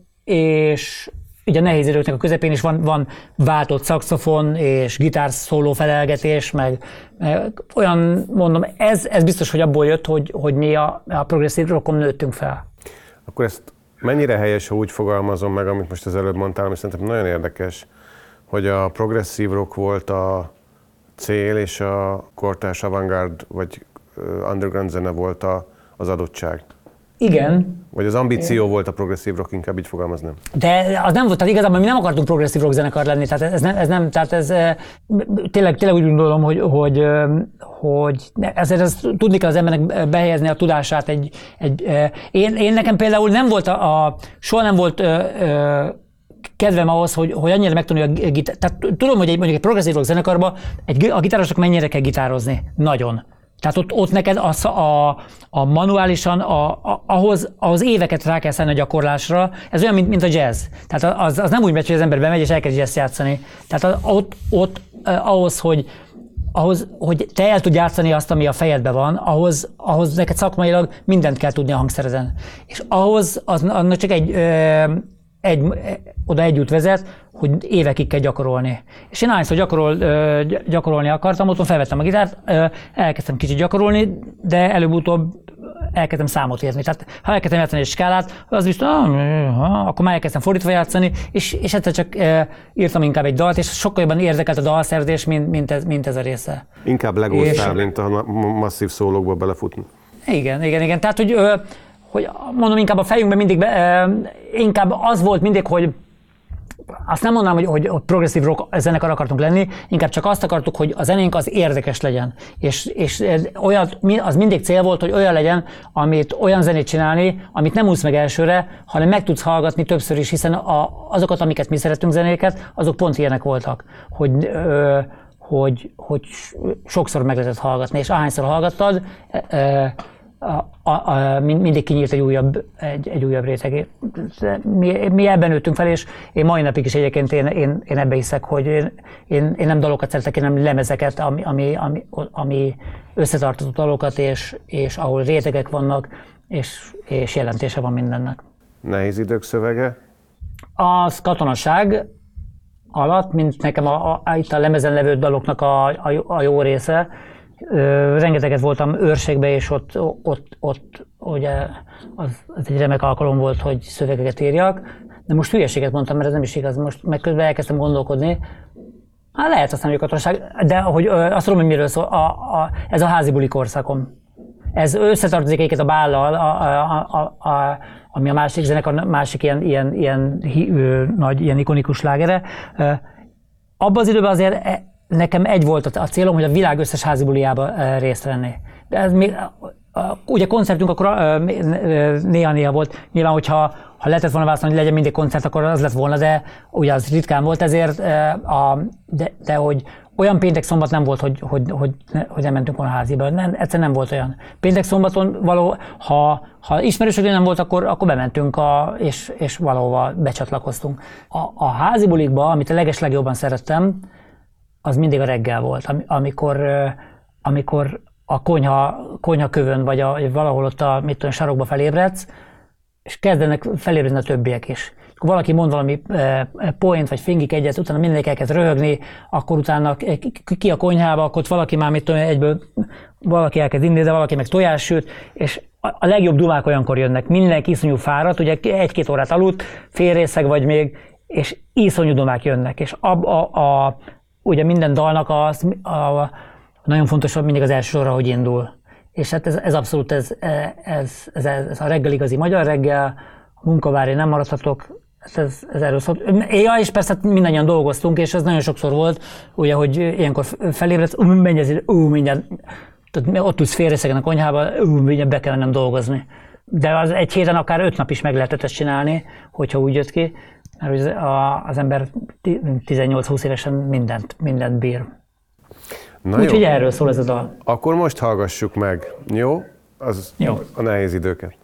és ugye a Nehéz időknek a közepén is van, van váltott szaxofon és gitárszóló felelgetés, meg, meg olyan, mondom, ez, ez biztos, hogy abból jött, hogy, hogy mi a, a progresszív rockon nőttünk fel. Akkor ezt mennyire helyes, ha úgy fogalmazom meg, amit most az előbb mondtál, ami szerintem nagyon érdekes, hogy a progresszív rock volt a cél, és a kortárs avantgárd vagy underground zene volt a, az adottság. Igen. Vagy az ambíció volt a progresszív rock, inkább így fogalmaznám. De az nem volt, tehát igazából mi nem akartunk progresszív rock zenekar lenni, tehát ez nem, ez nem, tehát ez tényleg, tényleg úgy gondolom, hogy, hogy, hogy ezért ez, tudni kell az embernek behelyezni a tudását egy, egy én, én nekem például nem volt a, a soha nem volt ö, ö, kedvem ahhoz, hogy, hogy annyira megtanulja a gitárt. Tehát tudom, hogy egy, mondjuk egy progresszív rock zenekarban egy, a gitárosok mennyire kell gitározni. Nagyon. Tehát ott, ott neked az, a, a manuálisan, a, a, ahhoz, ahhoz éveket rá kell szállni a gyakorlásra. Ez olyan, mint, mint a jazz. Tehát az, az nem úgy megy, hogy az ember bemegy és elkezd jazz játszani. Tehát ott, ott ahhoz, hogy, ahhoz, hogy te el tudj játszani azt, ami a fejedben van, ahhoz, ahhoz neked szakmailag mindent kell tudni a hangszerezen. És ahhoz az, annak csak egy, egy, oda egy út vezet, hogy évekig kell gyakorolni. És én ahányszor gyakorol, gyakorolni akartam, otthon felvettem a gitárt, elkezdtem kicsit gyakorolni, de előbb-utóbb elkezdtem számot érni. Tehát ha elkezdtem játszani egy skálát, az biztos, ah, akkor már elkezdtem fordítva játszani, és, és egyszer csak e, írtam inkább egy dalt, és sokkal jobban érdekelt a dalszerzés, mint, mint, ez, mint ez a része. Inkább legóztál, mint a masszív szólókba belefutni. Igen, igen, igen. Tehát, hogy, hogy mondom, inkább a fejünkben mindig, be, inkább az volt mindig, hogy azt nem mondanám, hogy, hogy progresszív rock zenekar akartunk lenni, inkább csak azt akartuk, hogy a zenénk az érdekes legyen. És, és olyan, az mindig cél volt, hogy olyan legyen, amit olyan zenét csinálni, amit nem úsz meg elsőre, hanem meg tudsz hallgatni többször is, hiszen a, azokat, amiket mi szeretünk zenéket, azok pont ilyenek voltak, hogy, ö, hogy, hogy sokszor meg lehetett hallgatni, és ahányszor hallgattad, ö, A, a, a, mindig kinyílt egy újabb, egy, egy újabb réteg. Mi, mi ebben nőttünk fel, és én mai napig is egyébként én, én, én ebbe hiszek, hogy én, én, én nem dalokat szeretek, én nem lemezeket, ami, ami, ami, ami összetartó dalokat, és, és ahol rétegek vannak, és, és jelentése van mindennek. Nehéz idők szövege? Az katonaság alatt, mint nekem a, a, itt a lemezen levő daloknak a, a, a jó része, Ö, rengeteget voltam őrségbe, és ott, ott, ott ugye az, az egy remek alkalom volt, hogy szövegeket írjak, de most hülyeséget mondtam, mert ez nem is igaz, most meg közben elkezdtem gondolkodni. Hát lehet aztán, hogy a katonaság, de hogy ö, azt tudom, hogy miről szól, a, a, ez a házi buli korszakom. Ez összetartozik egyébként a Bállal, a, a, a, a, ami a másik zenekar, másik ilyen, ilyen, ilyen, ilyen nagy, ilyen ikonikus slágere. Abban az időben azért nekem egy volt a célom, hogy a világ összes házi buliába részt venni. De ez még, ugye koncertünk akkor néha-néha volt. Nyilván, hogyha ha lehetett volna választani, hogy legyen mindig koncert, akkor az lett volna, de ugye az ritkán volt, ezért, a, de, de hogy olyan péntek-szombat nem volt, hogy, hogy, hogy, hogy nem mentünk volna háziba. Nem, egyszerűen nem volt olyan. Péntek-szombaton való, ha, ha ismerősök nem volt, akkor, akkor bementünk a, és, és valahova becsatlakoztunk. A, a házi bulikba, amit a legeslegjobban szerettem, az mindig a reggel volt, amikor, amikor a konyha, konyha kövön, vagy, a, vagy valahol ott a mit tudom, sarokba felébredsz, és kezdenek felébredni a többiek is. Akkor valaki mond valami e, point, vagy fingik egyet, utána mindenki elkezd röhögni, akkor utána ki a konyhába, akkor ott valaki már mit tudom, egyből valaki elkezd inni, de valaki meg tojás süt, és a legjobb dumák olyankor jönnek. Mindenki iszonyú fáradt, ugye egy-két órát aludt, félrészeg vagy még, és iszonyú dumák jönnek. És a, a, a ugye minden dalnak az, a, nagyon fontos, hogy mindig az első sorra, hogy indul. És hát ez, ez abszolút, ez, ez, ez, ez a reggel igazi magyar reggel, a munkaváré nem maradhatok, ez, ez erről szólt. Ja, és persze mindannyian dolgoztunk, és ez nagyon sokszor volt, ugye, hogy ilyenkor felébredsz, ú, menj ezért, ú, mindjárt, ott tudsz félrészegen a konyhába, ú, mindjárt be kell mennem dolgozni. De az egy héten akár öt nap is meg lehetett ezt csinálni, hogyha úgy jött ki. Mert az ember tizennyolc-húsz évesen mindent, mindent bír. Úgyhogy erről szól ez a dal. Akkor most hallgassuk meg, jó? Az jó. A nehéz időket.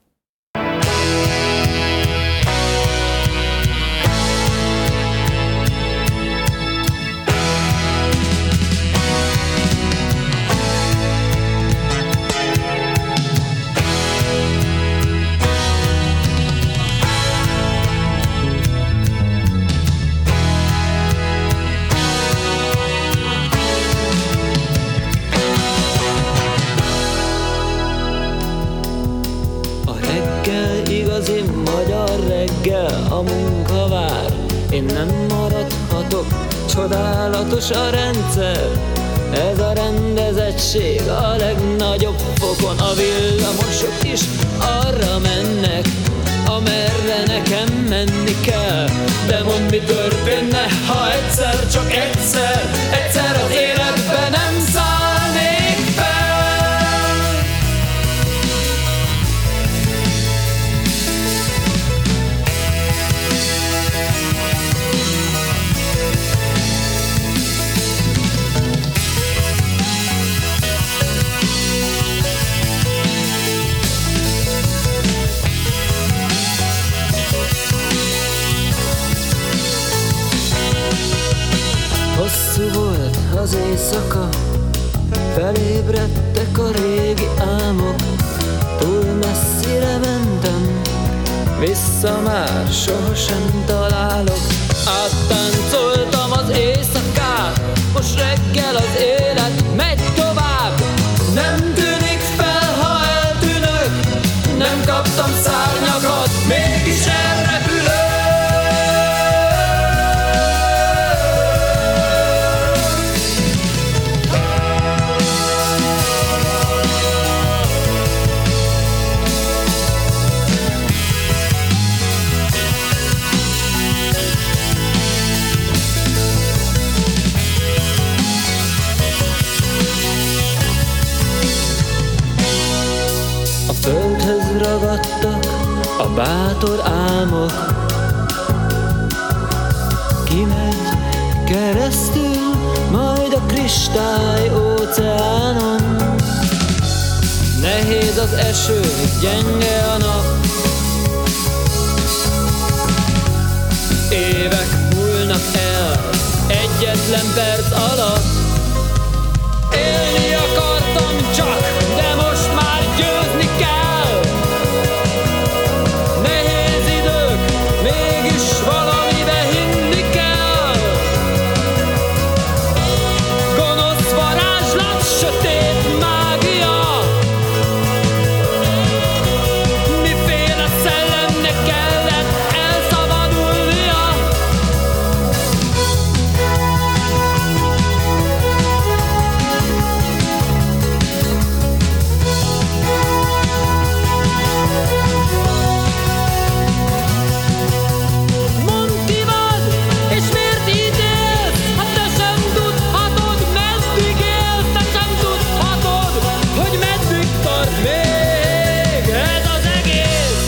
A munka vár, én nem maradhatok, csodálatos a rendszer. Ez a rendezettség a legnagyobb fokon. A villamosok is arra mennek, amerre nekem menni kell. De mondd, mi történne, ha egyszer, csak egyszer, egyszer az életben nem szállnék fel. Hosszú volt az éjszaka, felébredtek a régi álmok. Túl messzire mentem, vissza már sohasem találok. Áttáncoltam az éjszakát, most reggel az élet megy tovább. Nem tűnik fel, ha eltűnök, bátor álmok. Kimegy keresztül, majd a kristály óceánon. Nehéz az eső, gyenge a nap. Évek múlnak el egyetlen perc alatt. Élni akartam csak, de most már győzni kell. Nehéz idők, mégis valamibe hinni kell. Gonosz varázslat, sötét mágia. Miféle szellemnek kellett elszabadulnia. Mondd ki vagy, és miért ítélsz? Hát te sem tudhatod, meddig élsz. Te sem tudhatod, hogy meddig tart még ez az egész.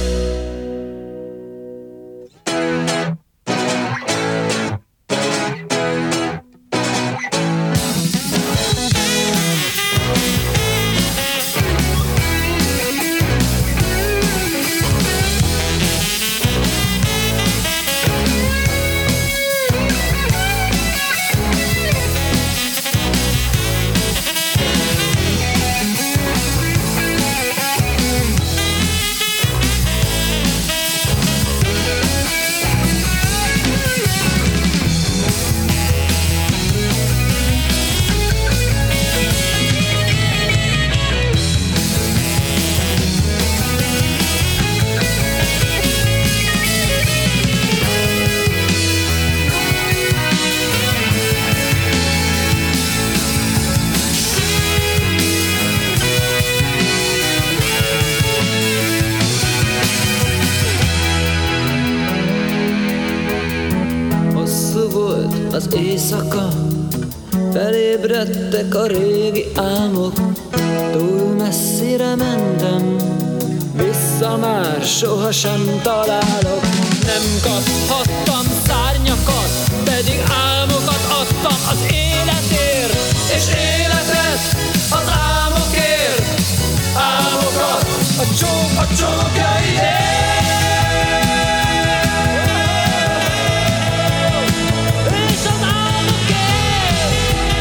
Hosszú volt az éjszaka, felébredtek a régi álmok. Túl messzire mentem, vissza már sohasem találok. Nem kaphattam szárnyakat, pedig álmokat adtam az életért, és életet az álmokért. Álmokat a csók a csókjaiért. És az álmokért.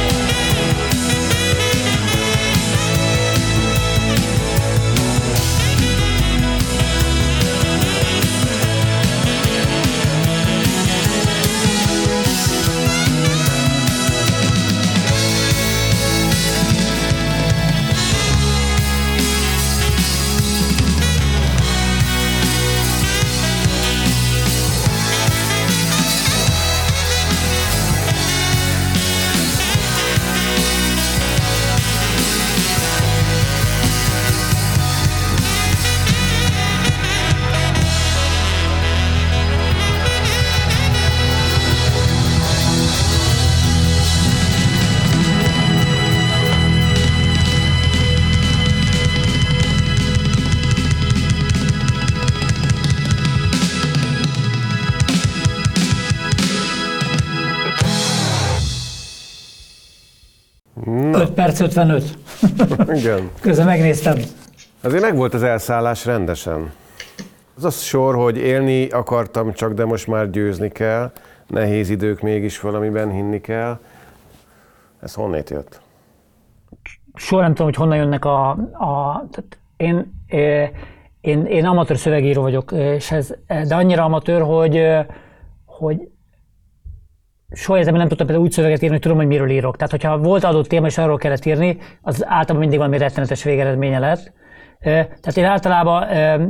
öt perc ötvenöt. Igen. Közben megnéztem. Azért megvolt az elszállás rendesen. Az a sor, hogy élni akartam csak, de most már győzni kell. Nehéz idők, mégis valamiben hinni kell. Ez honnét jött? Soha nem tudom, hogy honnan jönnek a... a tehát én, én, én amatőr szövegíró vagyok, és ez, de annyira amatőr, hogy, hogy soha életemben nem tudtam például úgy szöveget írni, hogy tudom, hogy miről írok. Tehát, hogyha volt adott téma, és arról kellett írni, az általában mindig valami rettenetes végeredménye lett. Tehát én általában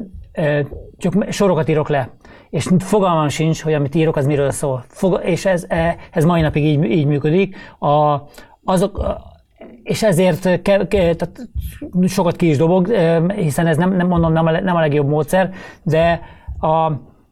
csak sorokat írok le, és fogalmam sincs, hogy amit írok, az miről szól. És ez, ez mai napig így, így működik. A, azok, és ezért ke, ke, tehát sokat ki is dobog, hiszen ez nem, nem mondom, nem a, nem a legjobb módszer, de a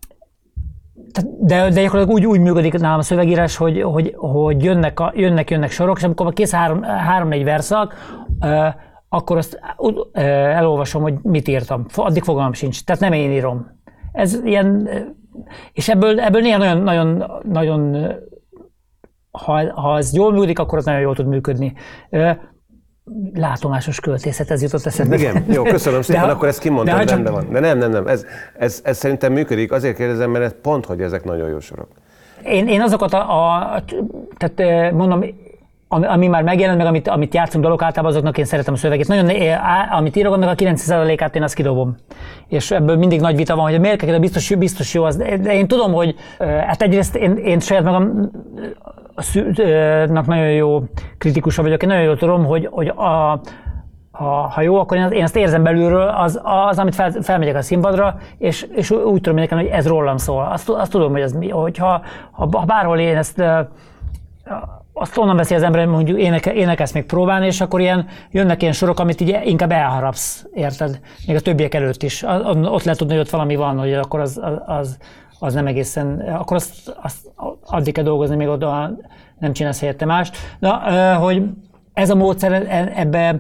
De, de gyakorlatilag úgy, úgy működik nálam a szövegírás, hogy, hogy, hogy jönnek, a, jönnek, jönnek sorok, és amikor kész három, három-négy verszak, akkor azt elolvasom, hogy mit írtam. Addig fogalmam sincs. Tehát nem én írom. ez ilyen, és ebből, ebből néha nagyon, nagyon, nagyon ha, ha ez jól működik, akkor az nagyon jól tud működni. Látomásos költészet, ez jutott eszembe. Igen, jó, köszönöm szépen, de, akkor ezt kimondtad, de, rendben van. De nem, nem, nem, ez, ez, ez szerintem működik, azért kérdezem, mert pont, hogy ezek nagyon jó sorok. Én, én azokat a, a, tehát mondom, ami, ami már megjelent, meg amit, amit játszunk dalok, általában azoknak én szeretem a szövegét. Nagyon, amit írok, annak a kilencven százalékát én azt kidobom. És ebből mindig nagy vita van, hogy a miért kell, biztos, biztos jó az. De én tudom, hogy hát egyrészt én, én saját magamnak nagyon jó kritikusa vagyok. Én nagyon jól tudom, hogy, hogy a, ha, ha jó, akkor én azt érzem belülről, az, az amit fel, felmegyek a színpadra, és, és úgy tudom nekem, hogy ez rólam szól. Azt, azt tudom, hogy ez mi, hogyha ha, ha bárhol én ezt azt onnan veszi az ember, hogy mondjuk éneke, énekelsz még próbálni, és akkor ilyen, jönnek ilyen sorok, amit így inkább elharapsz, érted? Még a többiek előtt is. Ott lehet tudni, hogy ott valami van, hogy akkor az, az, az nem egészen, akkor azt, azt addig kell dolgozni, még oda nem csinálsz helyette mást. Na, hogy ez a módszer ebbe,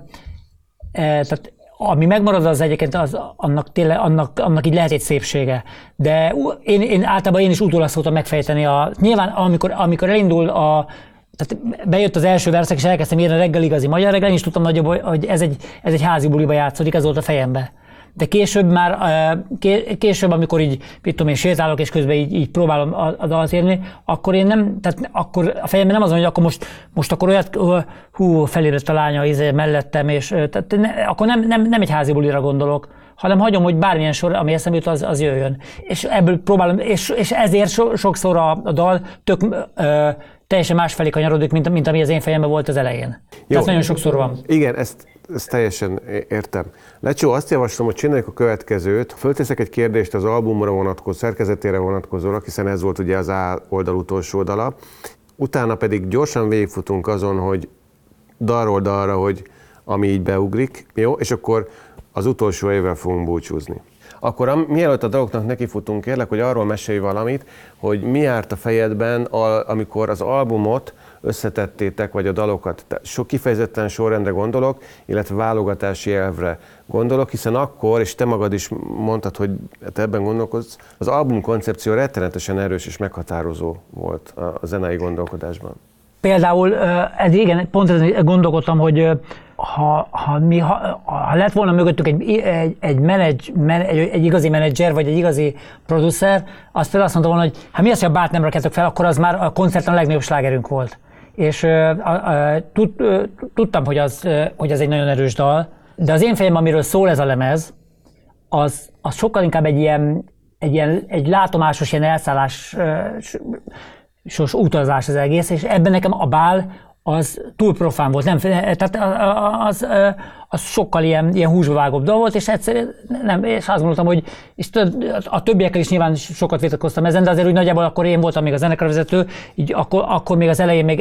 tehát ami megmarad az egyébként, az, annak, tényleg, annak, annak így lehet egy szépsége. De én, én általában én is utólag szoktam megfejteni a, nyilván amikor, amikor elindul a, tehát bejött az első verszak, és elkezdtem írni a reggel igazi magyar reggel, én is tudtam nagyobb, hogy ez egy, ez egy házi buliba játszódik, ez volt a fejembe. De később már, később, amikor így, mit tudom én, sétálok, és közben így, így próbálom a, a dalt írni, akkor én nem, tehát akkor a fejemben nem az van, hogy akkor most, most akkor olyat, hú, felírott a lánya izé mellettem, és tehát ne, akkor nem, nem, nem egy házi bulira gondolok, hanem hagyom, hogy bármilyen sor, ami eszembe jut, az, az jöjjön. És ebből próbálom, és, és ezért so, sokszor a, a dal tök ö, teljesen másfelé kanyarodik, mint, mint ami az én fejemben volt az elején. Jó. Tehát nagyon sokszor van. Igen, ezt, ezt teljesen értem. Lecsó, azt javaslom, hogy csináljuk a következőt. Fölteszek egy kérdést az albumra vonatkozó, szerkezetére vonatkozólag, hiszen ez volt ugye az A oldal utolsó dala. Utána pedig gyorsan végigfutunk azon, hogy dalról dalra, hogy ami így beugrik, jó? És akkor az utolsó évvel fogunk búcsúzni. Akkor am, mielőtt a dolgoknak nekifutunk, kérlek, hogy arról mesélj valamit, hogy mi járt a fejedben, amikor az albumot összetettétek, vagy a dalokat, sok kifejezetten sorrendre gondolok, illetve válogatási elvre gondolok, hiszen akkor, és te magad is mondtad, hogy te ebben gondolkodsz, az album koncepció rettenetesen erős és meghatározó volt a zenei gondolkodásban. Például, ez igen, pont ezen gondolkodtam, hogy ha, ha, mi, ha, ha lett volna mögöttük egy, egy, egy, menedzs, egy, egy igazi menedzser, vagy egy igazi producer, azt például azt mondta volna, hogy ha mi az, hogy a bát nem rakjátok fel, akkor az már a koncerten a legnagyobb slágerünk volt. És a, a, tud, tudtam, hogy az, hogy ez egy nagyon erős dal, de az én fejem, amiről szól ez a lemez, az, az sokkal inkább egy ilyen, egy ilyen egy látomásos, ilyen elszállás, sos utazás az egész, és ebben nekem a bál az túl profán volt, nem, tehát az, az sokkal ilyen, ilyen húsba vágóbb dolog volt, és egyszerűen nem, és azt gondoltam, hogy és a többiekkel is nyilván sokat vitatkoztam ezen, de azért úgy nagyjából akkor én voltam még a zenekarvezető, így akkor, akkor még az elején még,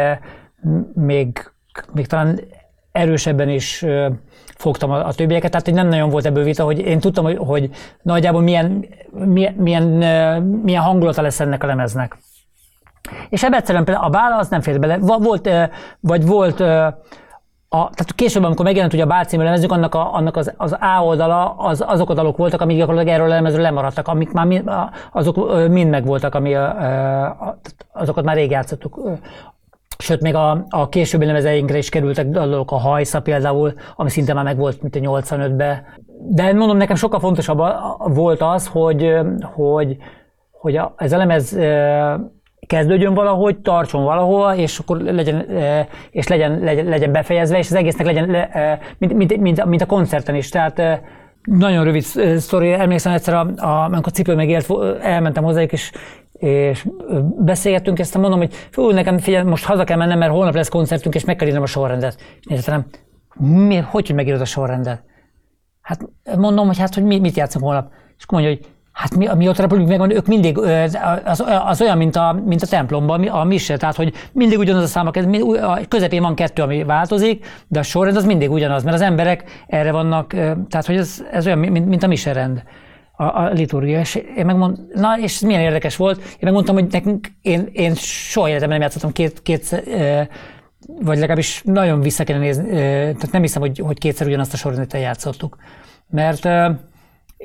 még, még talán erősebben is fogtam a, a többieket, tehát nem nagyon volt ebből vita, hogy én tudtam, hogy, hogy nagyjából milyen, milyen, milyen, milyen hangulata lesz ennek a lemeznek. És ebben egyszerűen például a bál az nem fér bele. Volt, vagy volt, a, tehát később, amikor megjelent ugye a Bál című lemezünk, annak, a, annak az, az A oldala, az, azok a dalok voltak, amik gyakorlatilag erről a lemezről lemaradtak, amik már mind, azok mind megvoltak, ami a, azokat már rég játszottuk. Sőt, még a, a későbbi lemezeinkre is kerültek dalok, a Hajsza például, ami szinte már megvolt, mint a nyolcvanötben. De mondom, nekem sokkal fontosabb volt az, hogy, hogy, hogy a, ez a lemez kezdődjön valahogy, tartson valahova, és akkor legyen, és legyen, legyen, legyen befejezve, és az egésznek legyen, mint, mint, mint, mint a koncerten is. Tehát nagyon rövid sztori, emlékszem egyszer, a, a, amikor Cipő megélt, elmentem hozzájuk, és, és beszélgettünk, ezt mondom, hogy fú, nekem figyelj, most haza kell mennem, mert holnap lesz koncertünk, és meg kell írnom a sorrendet. És néztem, mi, hogy, hogy megírod a sorrendet? Hát mondom, hogy hát, hogy mi, mit játszom holnap? És akkor mondja, hogy hát mi, mióta repülünk megvan, ők mindig, az, az olyan, mint a, mint a templomban, a mise, tehát hogy mindig ugyanaz a számok, a közepén van kettő, ami változik, de a sorrend az mindig ugyanaz, mert az emberek erre vannak, tehát hogy ez, ez olyan, mint, mint a mise rend, a, a liturgia. És én megmondtam, na és milyen érdekes volt, én megmondtam, hogy nekünk, én, én soha életemben nem játszottam két, két vagy legalábbis nagyon vissza kellene nézni, tehát nem hiszem, hogy, hogy kétszer ugyanazt a sorrendet játszottuk, mert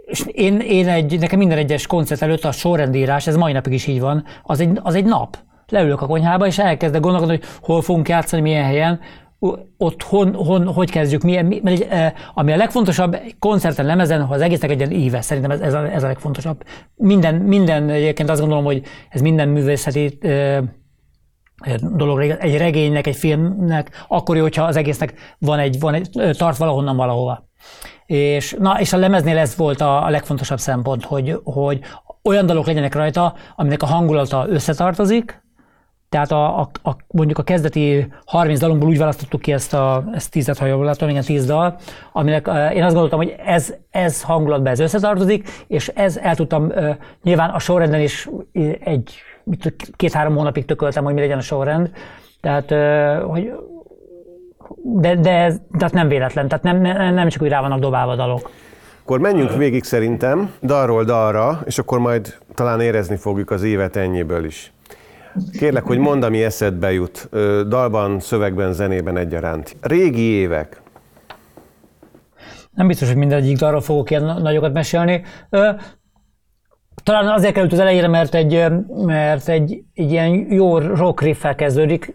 és én, én egy, nekem minden egyes koncert előtt a sorrendírás, ez mai napig is így van, az egy, az egy nap. Leülök a konyhába, és elkezdek gondolkodni, hogy hol fogunk játszani, milyen helyen, ott hon, hon, hogy kezdjük, milyen, mert egy, ami a legfontosabb koncerten, lemezen, ha az egésznek egy ilyen éve, szerintem ez, ez, a, ez a legfontosabb. Minden, minden, egyébként azt gondolom, hogy ez minden művészeti dolog, egy regénynek, egy filmnek, akkor jó, hogyha az egésznek van egy, van egy tart valahonnan valahova. És, na, és a lemeznél ez volt a, a legfontosabb szempont, hogy, hogy olyan dalok legyenek rajta, aminek a hangulata összetartozik, tehát a, a, a, mondjuk a kezdeti harminc dalunkból úgy választottuk ki ezt a ezt tízet, ha jól látom, igen, tíz dal, aminek én azt gondoltam, hogy ez, ez hangulatban ez összetartozik, és ez el tudtam, nyilván a sorrenden is egy két-három hónapig tököltem, hogy mi legyen a sorrend, tehát hogy de, de tehát nem véletlen, tehát nem, nem csak úgy rá vannak dobálva a dalok. Akkor menjünk végig szerintem dalról dalra, és akkor majd talán érezni fogjuk az évet ennyiből is. Kérlek, hogy mondd, ami eszedbe jut, dalban, szövegben, zenében egyaránt. Régi évek. Nem biztos, hogy mindegyik dalról fogok ilyen nagyokat mesélni. Talán azért került az elejére, mert egy, mert egy, egy ilyen jó rock riffel kezdődik.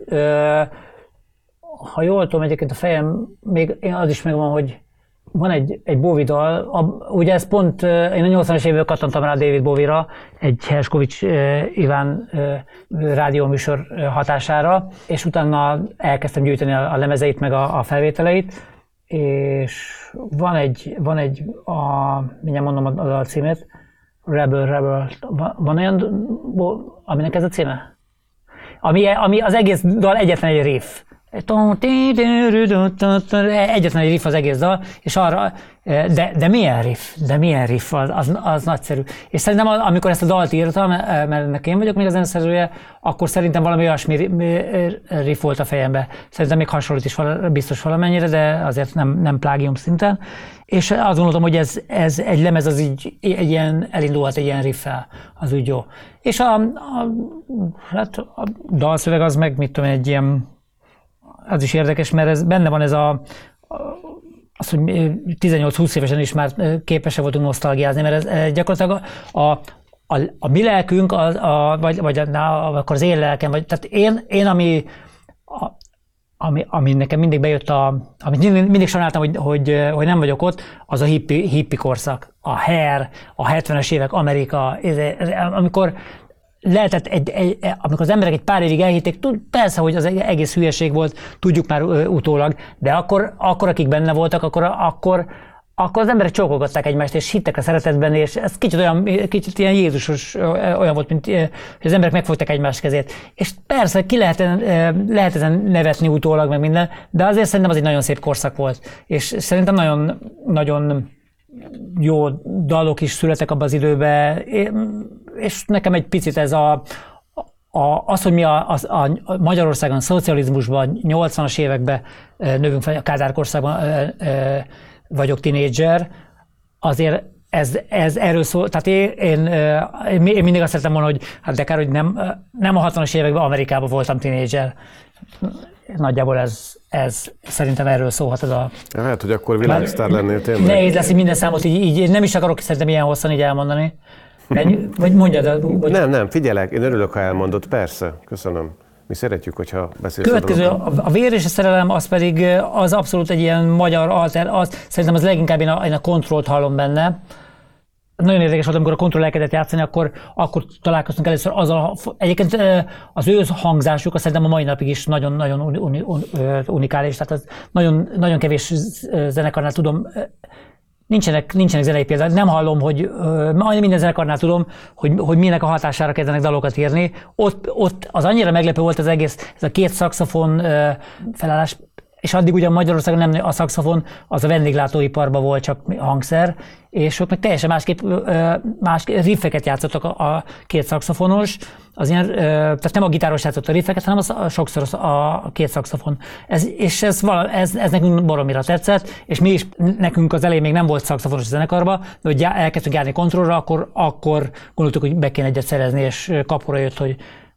Ha jól tudom, egyébként a fejem, még az is megvan, hogy van egy, egy Bowie dal, a, ugye ez pont, én a nyolcvanas években kattantam rá David Bowie-ra, egy Herskovics Iván rádióműsor hatására, és utána elkezdtem gyűjteni a, a lemezeit, meg a, a felvételeit, és van egy, van egy a, mindjárt mondom a, a dal címét, Rebel, Rebel, van, van olyan, aminek ez a címe? Ami, ami az egész dal egyetlen egy riff. Egyetlen egy riff az egész dal, és arra, de, de milyen riff, de milyen riff, az, az, az nagyszerű. És szerintem amikor ezt a dalt írtam, mert ennek én vagyok még a zeneszerzője, akkor szerintem valami olyasmi riff volt a fejembe. Szerintem még hasonlít is biztos valamennyire, de azért nem, nem plágium szinten. És azt gondolom, hogy ez, ez egy lemez az így egy ilyen, elindulhat egy ilyen riffel, az úgy jó. És a, a, hát a dalszöveg az meg, mit tudom, egy ilyen, az is érdekes, mert ez, benne van ez a, az, hogy tizennyolc-húsz évesen is már képesek voltunk nosztalgiázni, mert ez gyakorlatilag a, a, a, a mi lelkünk, a, a, vagy, vagy na, akkor az én lelkem, vagy, tehát én, én ami, a, ami, ami nekem mindig bejött, a, amit mindig sajnáltam, hogy, hogy, hogy nem vagyok ott, az a hippi, hippi korszak, a hair, a hetvenes évek Amerika, ez, ez, amikor lehetett, egy, egy, amikor az emberek egy pár évig elhitték, persze, hogy az egész hülyeség volt, tudjuk már utólag, de akkor, akkor akik benne voltak, akkor, akkor, akkor az emberek csókolgatták egymást, és hittek a szeretetben, és ez kicsit olyan, kicsit ilyen Jézusos olyan volt, mint hogy az emberek megfogták egymás kezét. És persze, ki lehet, lehet ezen nevetni utólag, meg minden, de azért szerintem az egy nagyon szép korszak volt. És szerintem nagyon, nagyon jó dalok is születtek abban az időben, és nekem egy picit ez a, a, az, hogy mi a, a, a Magyarországon, a szocializmusban, nyolcvanas években növünk fel, a Kádár korszakban vagyok tinédzser, azért ez, ez erről szól, tehát én, én, én mindig azt szeretem volna, hogy hát de kár, hogy nem, nem a hatvanas években Amerikában voltam tinédzser. Nagyjából ez, ez szerintem erről szólhat ez a... Lehet, hogy akkor világsztár lennél tényleg. Nehéz lesz, hogy minden számot így, így nem is akarok szerintem ilyen hosszan így elmondani. Vagy mondjad. Vagy... Nem, nem, figyelek, én örülök, ha elmondod, persze, köszönöm. Mi szeretjük, hogyha beszélsz. Következő, a, a vér és a szerelem, az pedig az abszolút egy ilyen magyar alter, az, szerintem az leginkább én a, én a kontrollt hallom benne. Nagyon érdekes volt, amikor a kontroll elkezdett játszani, akkor, akkor találkoztunk először azzal, egyébként az ő hangzásuk, azt szerintem a mai napig is nagyon-nagyon uni, uni, unikális, tehát az nagyon, nagyon kevés zenekarnál tudom, nincsenek, nincsenek zenei példák, nem hallom, hogy majdnem minden zenekarnál tudom, hogy, hogy minek a hatására kezdenek dalokat írni. Ott, ott az annyira meglepő volt az egész, ez a két szaxofon felállás, és addig ugye Magyarországon nem a szaxofon, az a vendéglátóiparban volt csak hangszer, és ott meg teljesen másképp más riffeket játszottak a, a két szaxofonos, az ilyen, tehát nem a gitáros játszott a riffeket, hanem az, sokszor a két szaxofon. Ez, és ez, ez, ez nekünk baromira tetszett, és mi is, nekünk az elején még nem volt szaxofonos a zenekarban, de hogy elkezdtünk járni kontrollra, akkor, akkor gondoltuk, hogy be kéne egyet szerezni, és kapóra jött, hogy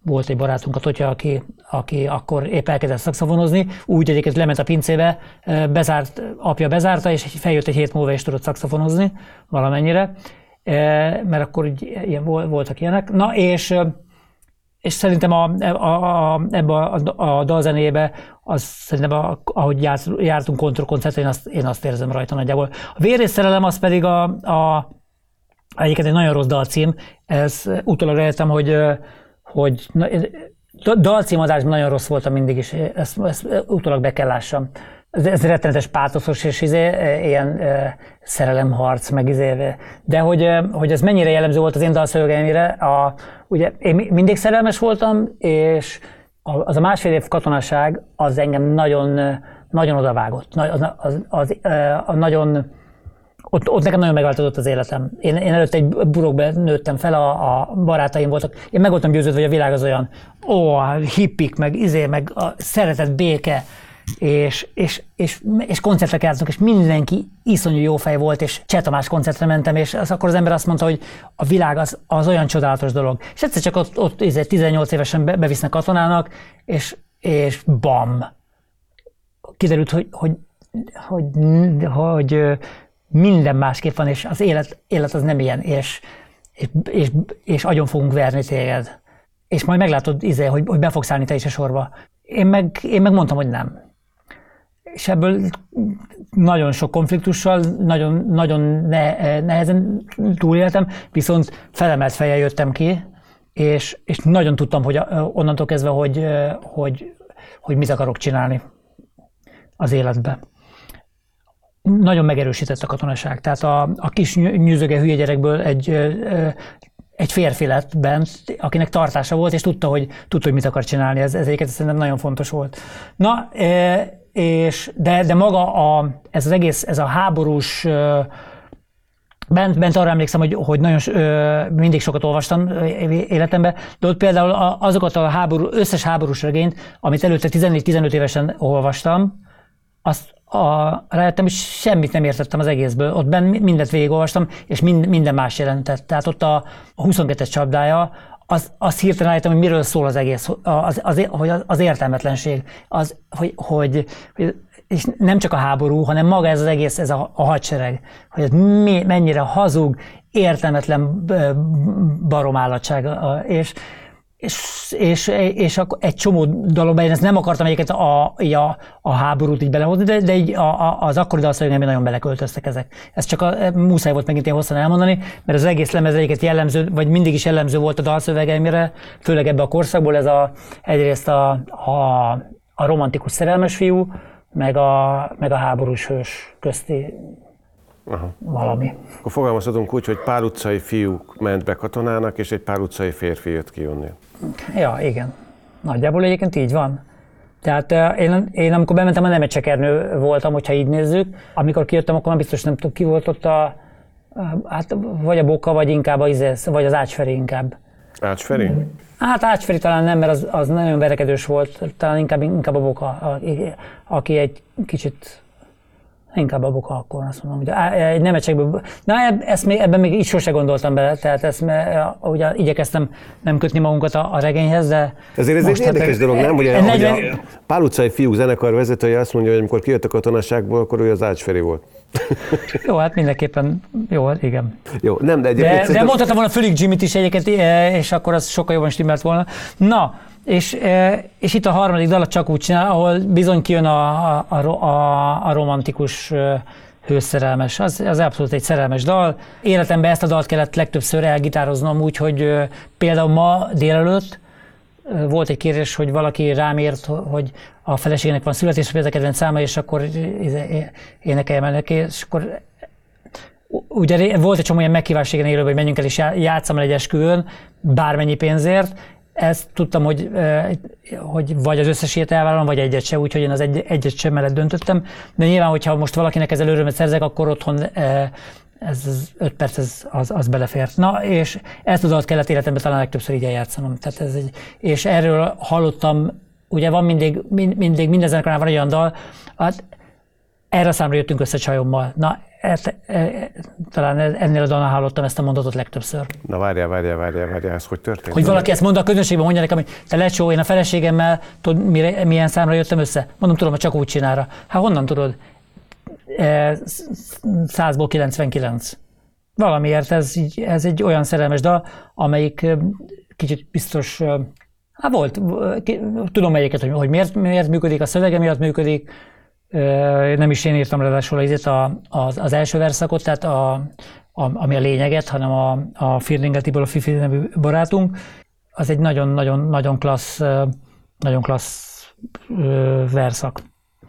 volt egy barátunk, a Totya, aki, aki akkor épp elkezdett szaxofonozni, úgy egyébként lement a pincébe, bezárt, apja bezárta, és feljött egy hét múlva, és tudott szaxofonozni valamennyire, mert akkor ilyen voltak ilyenek. Na, és, és szerintem a, a, a, ebbe a, a dalzenébe, az szerintem a, ahogy járt, jártunk kontrollkoncertre, én azt, én azt érzem rajta nagyjából. A Vér és szerelem az pedig a, a egyébként egy nagyon rossz dalcím, ez utólag rájöttem, hogy, hogy dalcímadásban nagyon rossz voltam mindig is, ezt, ezt utólag be kell lássam. Ez, ez rettenetes pátoszos és izé, ilyen e, szerelemharc, meg izé, de hogy, hogy ez mennyire jellemző volt az én dalszövegeimre, a, ugye én mindig szerelmes voltam, és az a másfél év katonaság az engem nagyon, nagyon odavágott, az, az, az, az nagyon Ott, ott nekem nagyon megváltozott az életem. Én, én előtte egy burokban nőttem fel, a, a barátaim voltak. Én meg voltam győződve, hogy a világ az olyan, ó, hippik, meg izé, meg a szeretet, béke, és, és, és, és koncertre jártunk, és mindenki iszonyú jó fej volt, és Cseh Tamás koncertre mentem, és az, akkor az ember azt mondta, hogy a világ az, az olyan csodálatos dolog. És egyszer csak ott, ott izé, tizennyolc évesen be, bevisznek katonának, és, és bam! Kiderült, hogy, hogy, hogy, hogy, hogy minden másképp van, és az élet, élet az nem ilyen, és, és, és, és agyon fogunk verni téged. És majd meglátod, izé, hogy, hogy be fogsz állni te is a sorba. Én meg, én meg mondtam, hogy nem. És ebből nagyon sok konfliktussal, nagyon, nagyon ne, nehezen túléltem, viszont felemelt fejjel jöttem ki, és, és nagyon tudtam, hogy onnantól kezdve, hogy, hogy, hogy mit akarok csinálni az életbe. Nagyon megerősített a katonaság. Tehát a, a kis nyűzöge hülye gyerekből egy, egy férfi lett bent, akinek tartása volt, és tudta, hogy, tudta, hogy mit akar csinálni. Ez, ez egyébként szerintem nagyon fontos volt. Na, és, de, de maga a, ez az egész, ez a háborús, bent, bent arra emlékszem, hogy, hogy nagyon mindig sokat olvastam életemben, de ott például azokat a háború, összes háborús regényt, amit előtte tizennégy-tizenöt évesen olvastam, azt A, rájöttem, és semmit nem értettem az egészből. Ott benn mindent végigolvastam, és mind, minden más jelentett. Tehát ott a, a huszonkettes csapdája, az, azt hirtelen rájöttem, hogy miről szól az egész, az, az, az, az értelmetlenség. Az, hogy, hogy, hogy, és nem csak a háború, hanem maga ez az egész, ez a, a hadsereg. Hogy ez mi, mennyire hazug, értelmetlen baromállatság. És, És, és, és egy csomó dalomban, én ezt nem akartam egyiket a, a, a háborút így belehozni, de, de így a, a, az akkori dalszövegekben nagyon beleköltöztek ezek. Ez csak a, muszáj volt megint én hosszan elmondani, mert az egész lemez egyiket jellemző, vagy mindig is jellemző volt a dalszövegeimre, főleg ebbe a korszakból, ez a, egyrészt a, a, a romantikus szerelmes fiú, meg a, meg a háborús hős közti Aha. valami. Akkor fogalmazhatunk úgy, hogy pár utcai fiúk ment be katonának, és egy pár utcai férfi jött ki onnél. Ja, igen. Nagyjából egyébként így van. Tehát én, én amikor bementem, a Nemecsekernő voltam, hogyha így nézzük. Amikor kijöttem, akkor már biztos nem tudom, ki volt ott a, hát vagy a Boka, vagy inkább a Izesz, vagy az Ácsferi inkább. Ácsferi? Hát Ácsferi talán nem, mert az, az nagyon verekedős volt. Talán inkább, inkább a Boka, a, aki egy kicsit... Inkább a Boka akkor, azt mondom, hogy egy Nemecsekből... Na, ezt még, ebben még így sose gondoltam bele, tehát ezt ugye igyekeztem nem kötni magunkat a, a regényhez, de... Ezért ez egy érdekes hát, dolog, nem? Ugye, negyven... a Pál utcai fiúk zenekar vezetője azt mondja, hogy amikor kijött a katonaságból, akkor ő az Ácsferi volt. Jó, hát mindenképpen, jó, igen. Jó, nem, de egyébként... De, szerintem... de mondhatom volna Fülig Jimmy-t is egyébként, és akkor az sokkal jobban stimmelt volna. Na, és, és itt a harmadik dal csak úgy csinál, ahol bizony kijön a, a, a, a romantikus hőszerelmes. Az, az abszolút egy szerelmes dal. Életemben ezt a dalt kellett legtöbbször elgitároznom, úgyhogy például ma délelőtt volt egy kérdés, hogy valaki rám írt, hogy a feleségének van születésnapja, ez a kedvenc száma, és akkor énekeljem el neki, és akkor ugye volt egy csomó ilyen meghívás régen élőben, hogy menjünk el és játsszam el egy esküvőn, bármennyi pénzért. Ezt tudtam, hogy, hogy vagy az összesét elvállalom, vagy egyet se, úgyhogy én az egy, egyet sem mellett döntöttem. De nyilván, hogyha most valakinek ezzel örömet szerzek, akkor otthon ez az öt perc ez, az, az belefért. Na, és ezt a dalt kellett életemben talán legtöbbször így eljátszanom. Tehát ez egy, és erről hallottam, ugye van mindig, mind, mindig minden zenekarnál van egy olyan dal, hát erre a számra jöttünk össze csajommal. Na, et, e, talán ennél a dalnál hallottam ezt a mondatot legtöbbször. Na várjál, várjál, várjál, várjál, ez hogy történt? Hogy valaki ezt mondta a közönségben, mondja nekem, hogy te lecsó, én a feleségemmel, tudod, mire, milyen számra jöttem össze? Mondom, tudom, hogy csak úgy csinálra. Hát honnan tudod? százból kilencvenkilenc. Valamiért ez, ez egy olyan szerelmes dal, amelyik kicsit biztos, hát volt, tudom melyiket, hogy, hogy miért, miért működik, a szövege miatt működik, nem is én írtam ráadásul az, az első verszakot, tehát a, a, ami a lényeget, hanem a, a Firlingetiből a Fifi nevű barátunk, az egy nagyon-nagyon klassz, nagyon klassz verszak.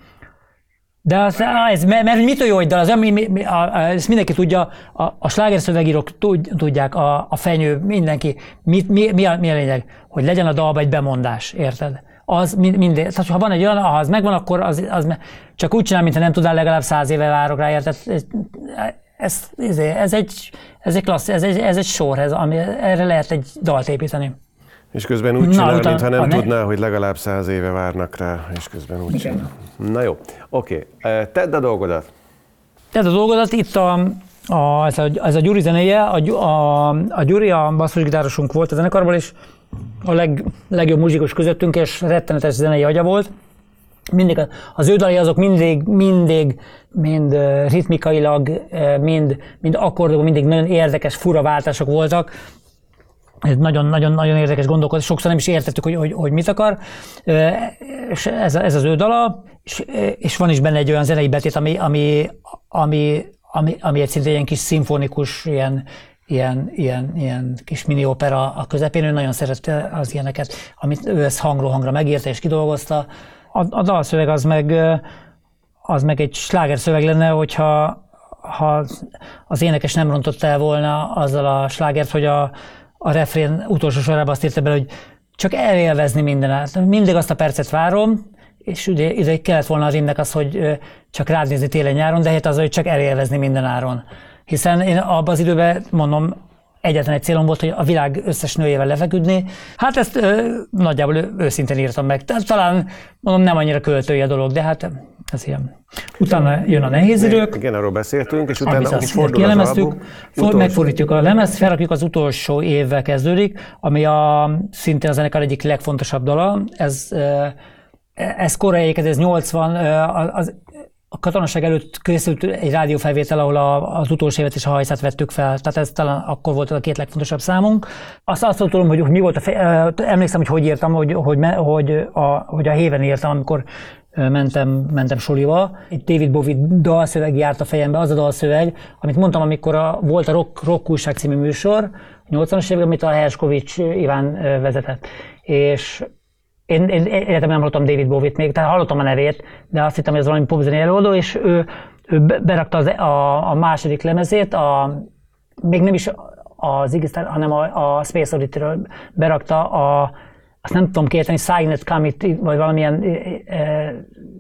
De az, ez, mert mitől jó egy dal, az, mi, mi, a, ezt mindenki tudja, a, a slágerszövegírók tudják, a, a fenyő, mindenki. Mi, mi, mi, a, mi a lényeg? Hogy legyen a dalba egy bemondás, érted? Az minden, tehát ha van egy olyan, ha az megvan, akkor az, az csak úgy csinál, mintha nem tudnál, legalább száz éve várok rá, érted? Ez, ez, ez, egy, ez egy klassz, ez egy, ez egy sor, ez, ami, erre lehet egy dalt építeni. És közben úgy csinál, utána, mintha nem ne... tudná, hogy legalább száz éve várnak rá, és közben úgy Igen. csinál. Na jó, oké. Okay. Tedd a dolgodat. Tedd a dolgodat, itt a, a, ez, a, ez a Gyuri zenéje, a, a, a Gyuri a basszusgitárosunk volt a zenekarból, és a leg, legjobb muzsikus közöttünk, és rettenetes zenei agya volt. Mindig az ő dalai azok mindig, mindig, mind ritmikailag, mind, mind akkordokban, mindig nagyon érdekes, fura váltások voltak. Ez nagyon-nagyon érdekes gondolkodás, sokszor nem is értettük, hogy, hogy, hogy mit akar. És ez, ez az ő dala, és, és van is benne egy olyan zenei betét, ami, ami, ami, ami, ami egy szinte ilyen kis szimfonikus, ilyen, ilyen, ilyen, ilyen kis mini opera a közepén. Ő nagyon szerette az ilyeneket, amit ő ezt hangról hangra megírta és kidolgozta. A, a dalszöveg az meg, az meg egy slágerszöveg lenne, hogyha ha az énekes nem rontott el volna azzal a slágert, hogy a a refrén utolsó sorában azt írta bele, hogy csak elélvezni mindenet. Mindig azt a percet várom, és ugye ide kellett volna az rimnek az, hogy csak rád nézni télen-nyáron, de hát az, hogy csak elélvezni minden áron. Hiszen én abban az időben, mondom, egyetlen egy célom volt, hogy a világ összes nőjével lefeküdni. Hát ezt ö, nagyjából őszintén írtam meg. Talán, mondom, nem annyira költői a dolog, de hát ez ilyen. Utána jön a nehéz idők. Igen, arról beszéltünk, és utána úgy fordul az album. For, megfordítjuk a lemezt, felrakjuk, az utolsó évvel kezdődik, ami a, szintén a zenekar egyik legfontosabb dala. Ez, ez korai, ez nyolcvan, az, a katonaság előtt készült egy rádiófelvétel, ahol a, az utolsó évet és a hajszát vettük fel. Tehát ez talán akkor volt a két legfontosabb számunk. Azt, azt tudom, hogy mi volt a fej, emlékszem, hogy hogy írtam, hogy, hogy, hogy, a, hogy a Héven írtam, amikor mentem, mentem suliba. Egy David Bowie dalszöveg járt a fejembe, az a dalszöveg, amit mondtam, amikor a, volt a Rock, Rock Újság című műsor, nyolcvanas években, amit a Herskovics Iván vezetett. És Én, én életemben nem hallottam David Bowie-t még, tehát hallottam a nevét, de azt hittem, hogy ez valami popzenei előadó, és ő, ő berakta az, a, a második lemezét, a, még nem is az Iggy Star, hanem a, a Space Oddity-ről berakta a, azt nem tudom kiérteni, Signet Commit, vagy valamilyen e, e,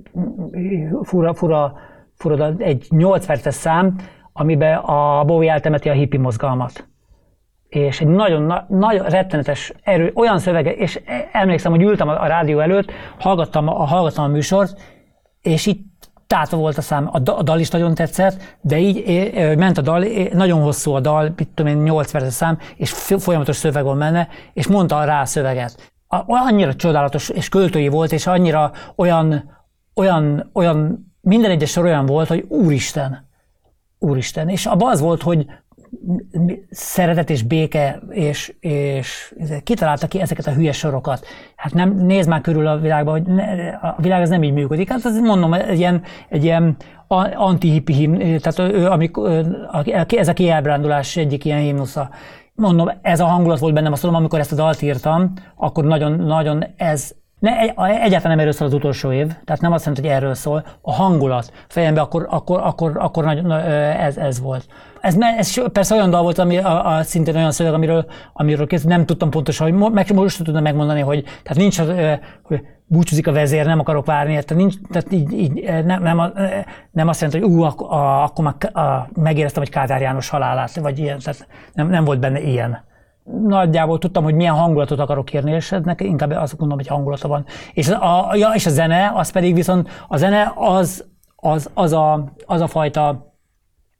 fura, fura, fura, egy nyolc perces szám, amiben a Bowie eltemeti a hippi mozgalmat. És egy nagyon, nagyon rettenetes erő, olyan szövege, és emlékszem, hogy ültem a, a rádió előtt, hallgattam a, hallgattam a műsort, és így tátva volt a szám. A, a dal is nagyon tetszett, de így é, ment a dal, é, nagyon hosszú a dal, mit tudom én, nyolc perces szám, és folyamatos szöveg volt benne, és mondta rá a szöveget. A, annyira csodálatos és költői volt, és annyira olyan, olyan, olyan, minden egyes sor olyan volt, hogy úristen, úristen. És abban az volt, hogy szeretet és béke, és, és kitalálta ki ezeket a hülye sorokat. Hát nem, nézd már körül a világban, hogy ne, a világ ez nem így működik. Hát azt mondom, egy ilyen, egy ilyen anti-hippi himn, tehát ő, amikor, ez a kiábrándulás egyik ilyen himnusza. Mondom, ez a hangulat volt bennem, azt tudom, amikor ezt a dalt írtam, akkor nagyon, nagyon ez, ne, egyáltalán nem erről szól az utolsó év, tehát nem azt jelenti, hogy erről szól, a hangulat fejemben akkor, akkor, akkor, akkor nagyon, ez, ez volt. Ez, ez persze olyan dal volt, ami a, a, szintén olyan szöveg, amiről, amiről kész, nem tudtam pontosan, hogy meg, most tudtam megmondani, hogy tehát nincs az, hogy búcsúzik a vezér, nem akarok várni, tehát, nincs, tehát így, így, nem, nem, nem azt jelenti, hogy ú, ak, a, akkor már a, megéreztem, hogy Kádár János halálát, vagy ilyen, tehát nem, nem volt benne ilyen. Nagyjából tudtam, hogy milyen hangulatot akarok írni, és ennek inkább azt mondom, hogy hangulata van. És a, ja, és a zene, az pedig viszont, a zene az, az, az, a, az a fajta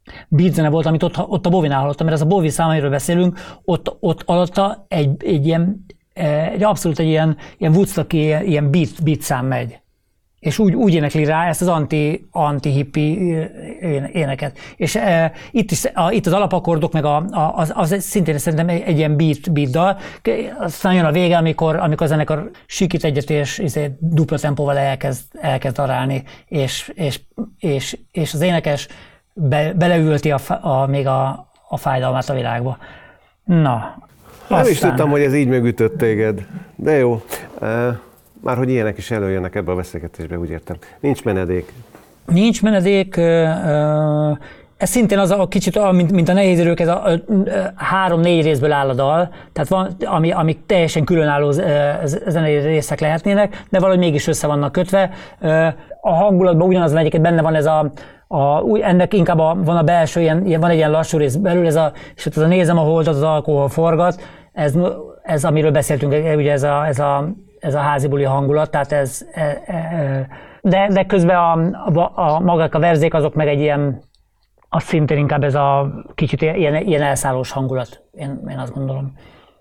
beat zene volt, amit ott, ott a Bovinál hallottam, mert ez a Bovi szám, amiről beszélünk, ott, ott alatta egy, egy ilyen, egy abszolút egy ilyen, ilyen Woodstocki, ilyen beat, beat szám megy. És úgy, úgy énekli rá ezt az anti, anti-hippi éneket. És e, itt, is, a, itt az alapakordok, meg a, a, az, az szintén szerintem egy, egy ilyen beat, beat dal. Aztán jön a vége, amikor, amikor a zenekar sikít egyet, és, és dupla tempóval elkezd, elkezd darálni, és, és, és, és az énekes be, beleülti a, a, még a, a fájdalmát a világba. Na. Nem aztán... is tudtam, hogy ez így megütött téged, de jó. Már hogy ilyenek is előjönnek ebbe a beszélgetésbe, úgy értem. Nincs menedék. Nincs menedék. Ez szintén az a kicsit, mint, mint a nehéz erők, ez a három-négy részből áll a dal, tehát van, ami, amik teljesen különálló zenei részek lehetnének, de valahogy mégis össze vannak kötve. A hangulatban ugyanaz van, egyiket benne van ez a, a ennek inkább a, van a belső, ilyen, van egy ilyen lassú rész belül, ez a, és ott az a nézem a holdat, az alkohol forgat, ez, ez amiről beszéltünk, ugye ez a, ez a ez a házibuli hangulat, tehát ez, de, de közben a, a, a magák a verzék azok meg egy ilyen, az szintén inkább ez a kicsit ilyen, ilyen elszállós hangulat, én, én azt gondolom.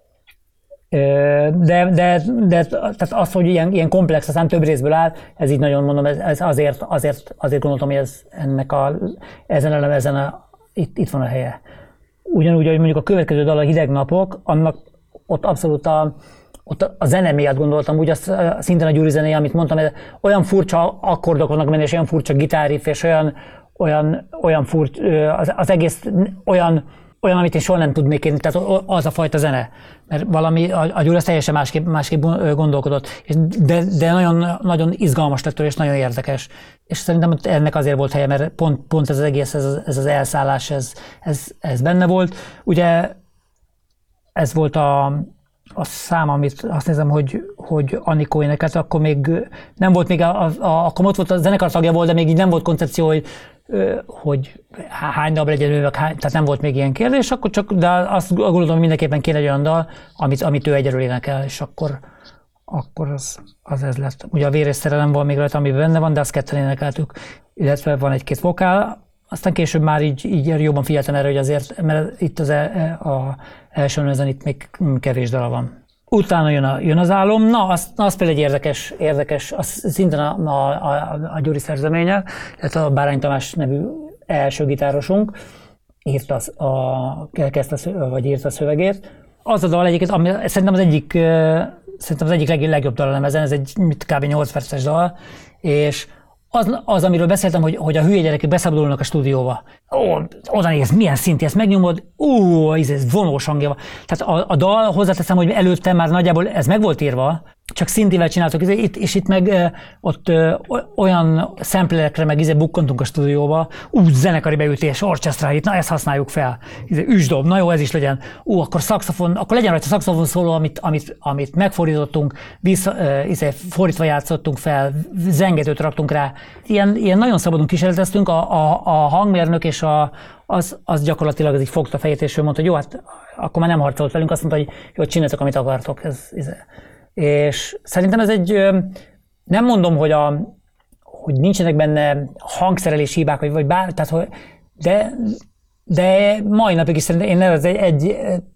De, de, de tehát az, hogy ilyen, ilyen komplex, aztán több részből áll, ez így nagyon mondom, ez, ez azért, azért, azért gondoltam, hogy ez ennek a, ezen a lemezen a, itt, itt van a helye. Ugyanúgy, hogy mondjuk a következő dal, a Hideg napok, annak ott abszolút a ott a zene miatt gondoltam, úgy azt szintén a Gyuri zenéje, amit mondtam, olyan furcsa akkordok vannak benne, és olyan furcsa gitárriff, és olyan, olyan, olyan furcsa, az, az egész olyan, olyan, amit én soha nem tudnék írni, tehát az a fajta zene. Mert valami, a, a Gyuri az teljesen másképp, másképp gondolkodott, de, de nagyon, nagyon izgalmas lett, és nagyon érdekes. És szerintem ennek azért volt helye, mert pont, pont ez az egész, ez az, ez az elszállás, ez, ez, ez benne volt. Ugye ez volt a a szám, amit azt nézem, hogy, hogy Anikó énekelt, akkor még nem volt még, a, a, akkor ott volt a zenekar tagja volt, de még így nem volt koncepció, hogy, hogy hány dal legyen ő, tehát nem volt még ilyen kérdés, akkor csak, de azt gondolom, hogy mindenképpen kéne egy olyan dal, amit, amit ő egyedül énekel, és akkor, akkor az, az ez lett. Ugye a Véres szerelem van még rajta, amiben benne van, de azt ketten énekeltük, illetve van egy-két vokál, aztán később már így, így jobban figyeltem erre, hogy azért, mert itt az el, a első ezen itt még kevés dala van. Utána jön, a, jön az álom, na, az, az például egy érdekes, érdekes az szintén a, a, a, a Gyuri szerzeménye, tehát a Bárány Tamás nevű első gitárosunk írta az, a, kezdte, vagy írta a szövegét. Az a dal egyiket, ami szerintem az egyik, szerintem az egyik leg, legjobb dal a lemezen, ez egy kb. nyolc perces dal, és Az, az, amiről beszéltem, hogy, hogy a hülye gyerekek beszabadulnak a stúdióba. Ó, oda néz, milyen szinti, ezt megnyomod, ó, ez vonós hangja van. Tehát a, a dal, hozzáteszem, hogy előtte már nagyjából ez meg volt írva, csak szintivel csináltuk, és itt meg ott olyan szemplerekre meg izé bukkantunk a stúdióba, úgy zenekari beütés, orchestrál, na ezt használjuk fel, üsdob, na jó, ez is legyen, ú, akkor szaxofon, akkor legyen rajta szaxofon szóló, amit, amit, amit megfordítottunk, vissza, izé, fordítva játszottunk fel, zengetőt raktunk rá, ilyen, ilyen nagyon szabadon kísérleteztünk, a, a, a hangmérnök és a, az, az gyakorlatilag az így fogta fejét, és ő mondta, hogy jó, hát akkor már nem harcolt velünk, azt mondta, hogy jó, csináltok, amit akartok, ez, ez. És szerintem ez egy, nem mondom, hogy, a, hogy nincsenek benne hangszerelési hibák, vagy, vagy bár, tehát, hogy, de, de mai napig is szerintem én ez egy, egy,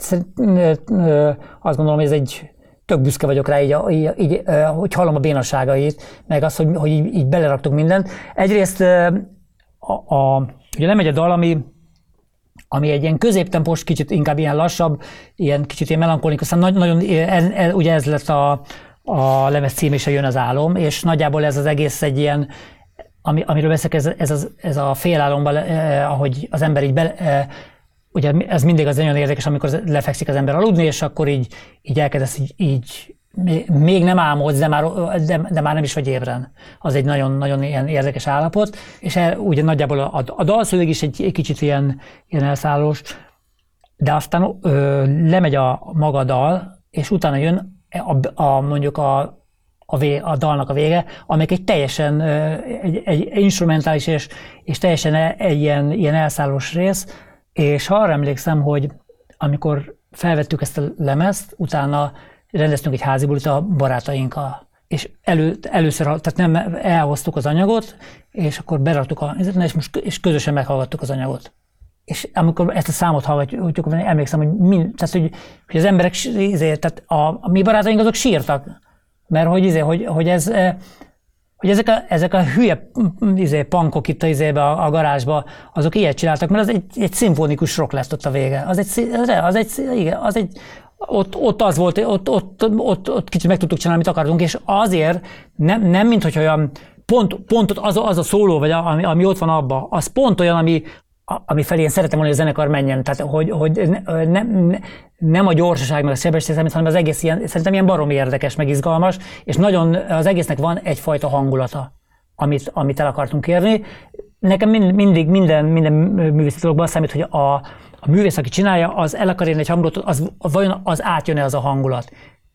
azt gondolom, hogy ez egy, tök büszke vagyok rá, így, így, így, hogy hallom a bénasságait, meg azt, hogy, hogy így, így beleraktuk mindent. Egyrészt a, a, ugye lemegy a dal, ami, ami egy ilyen középtempós, kicsit inkább ilyen lassabb, ilyen kicsit ilyen melankolikus, aztán nagyon, ez, ez, ugye ez lett a, a lemez cím, és Jön az álom, és nagyjából ez az egész egy ilyen, ami, amiről beszélek, ez, ez, az, ez a félálomban, eh, ahogy az ember így be, eh, ugye ez mindig az nagyon érdekes, amikor lefekszik az ember aludni, és akkor így, így elkezdesz így, így még nem álmodsz, de már, de, de már nem is vagy ébren. Az egy nagyon-nagyon ilyen érdekes állapot, és el, ugye nagyjából a, a dalszöveg is egy, egy kicsit ilyen, ilyen elszállós, de aztán ö, lemegy a maga dal, és utána jön a, a, mondjuk a, a, vé, a dalnak a vége, amelyik egy teljesen egy, egy instrumentális és, és teljesen egy ilyen, ilyen elszállós rész, és ha arra emlékszem, hogy amikor felvettük ezt a lemezt, utána rendeztünk egy házibulit a barátainkkal, és elő, először, tehát nem elhoztuk az anyagot, és akkor beraktuk a, és, most, és közösen meghallgattuk az anyagot. és amikor ezt a számot hallgatjuk, emlékszem, hogy, mind, tehát, hogy, hogy az emberek, tehát a, a mi barátaink azok sírtak, mert hogy, izé, hogy, hogy ez, hogy ezek a, ezek a hülye izé, punkok itt izébe, a, a garázsba, azok ilyet csináltak, mert az egy, egy szimfonikus rock lesz ott a vége. Az egy, az egy, igen, az egy ott, ott az volt, ott, ott, ott, ott kicsit meg tudtuk csinálni, amit akartunk, és azért nem, nem mint hogy olyan pont, pont az, az a szóló, vagy a, ami, ami ott van abban, az pont olyan, ami, ami felé én szeretem volna, hogy a zenekar menjen. Tehát, hogy, hogy ne, ne, nem a gyorsaság, meg a sebesség, hanem az egész ilyen, szerintem ilyen baromi érdekes, meg izgalmas, és nagyon az egésznek van egyfajta hangulata, amit, amit el akartunk érni. Nekem mindig minden, minden művészi dologban számít, hogy a, a művész, aki csinálja, az el akar érni egy hangulatot, az vajon az átjön-e az a hangulat.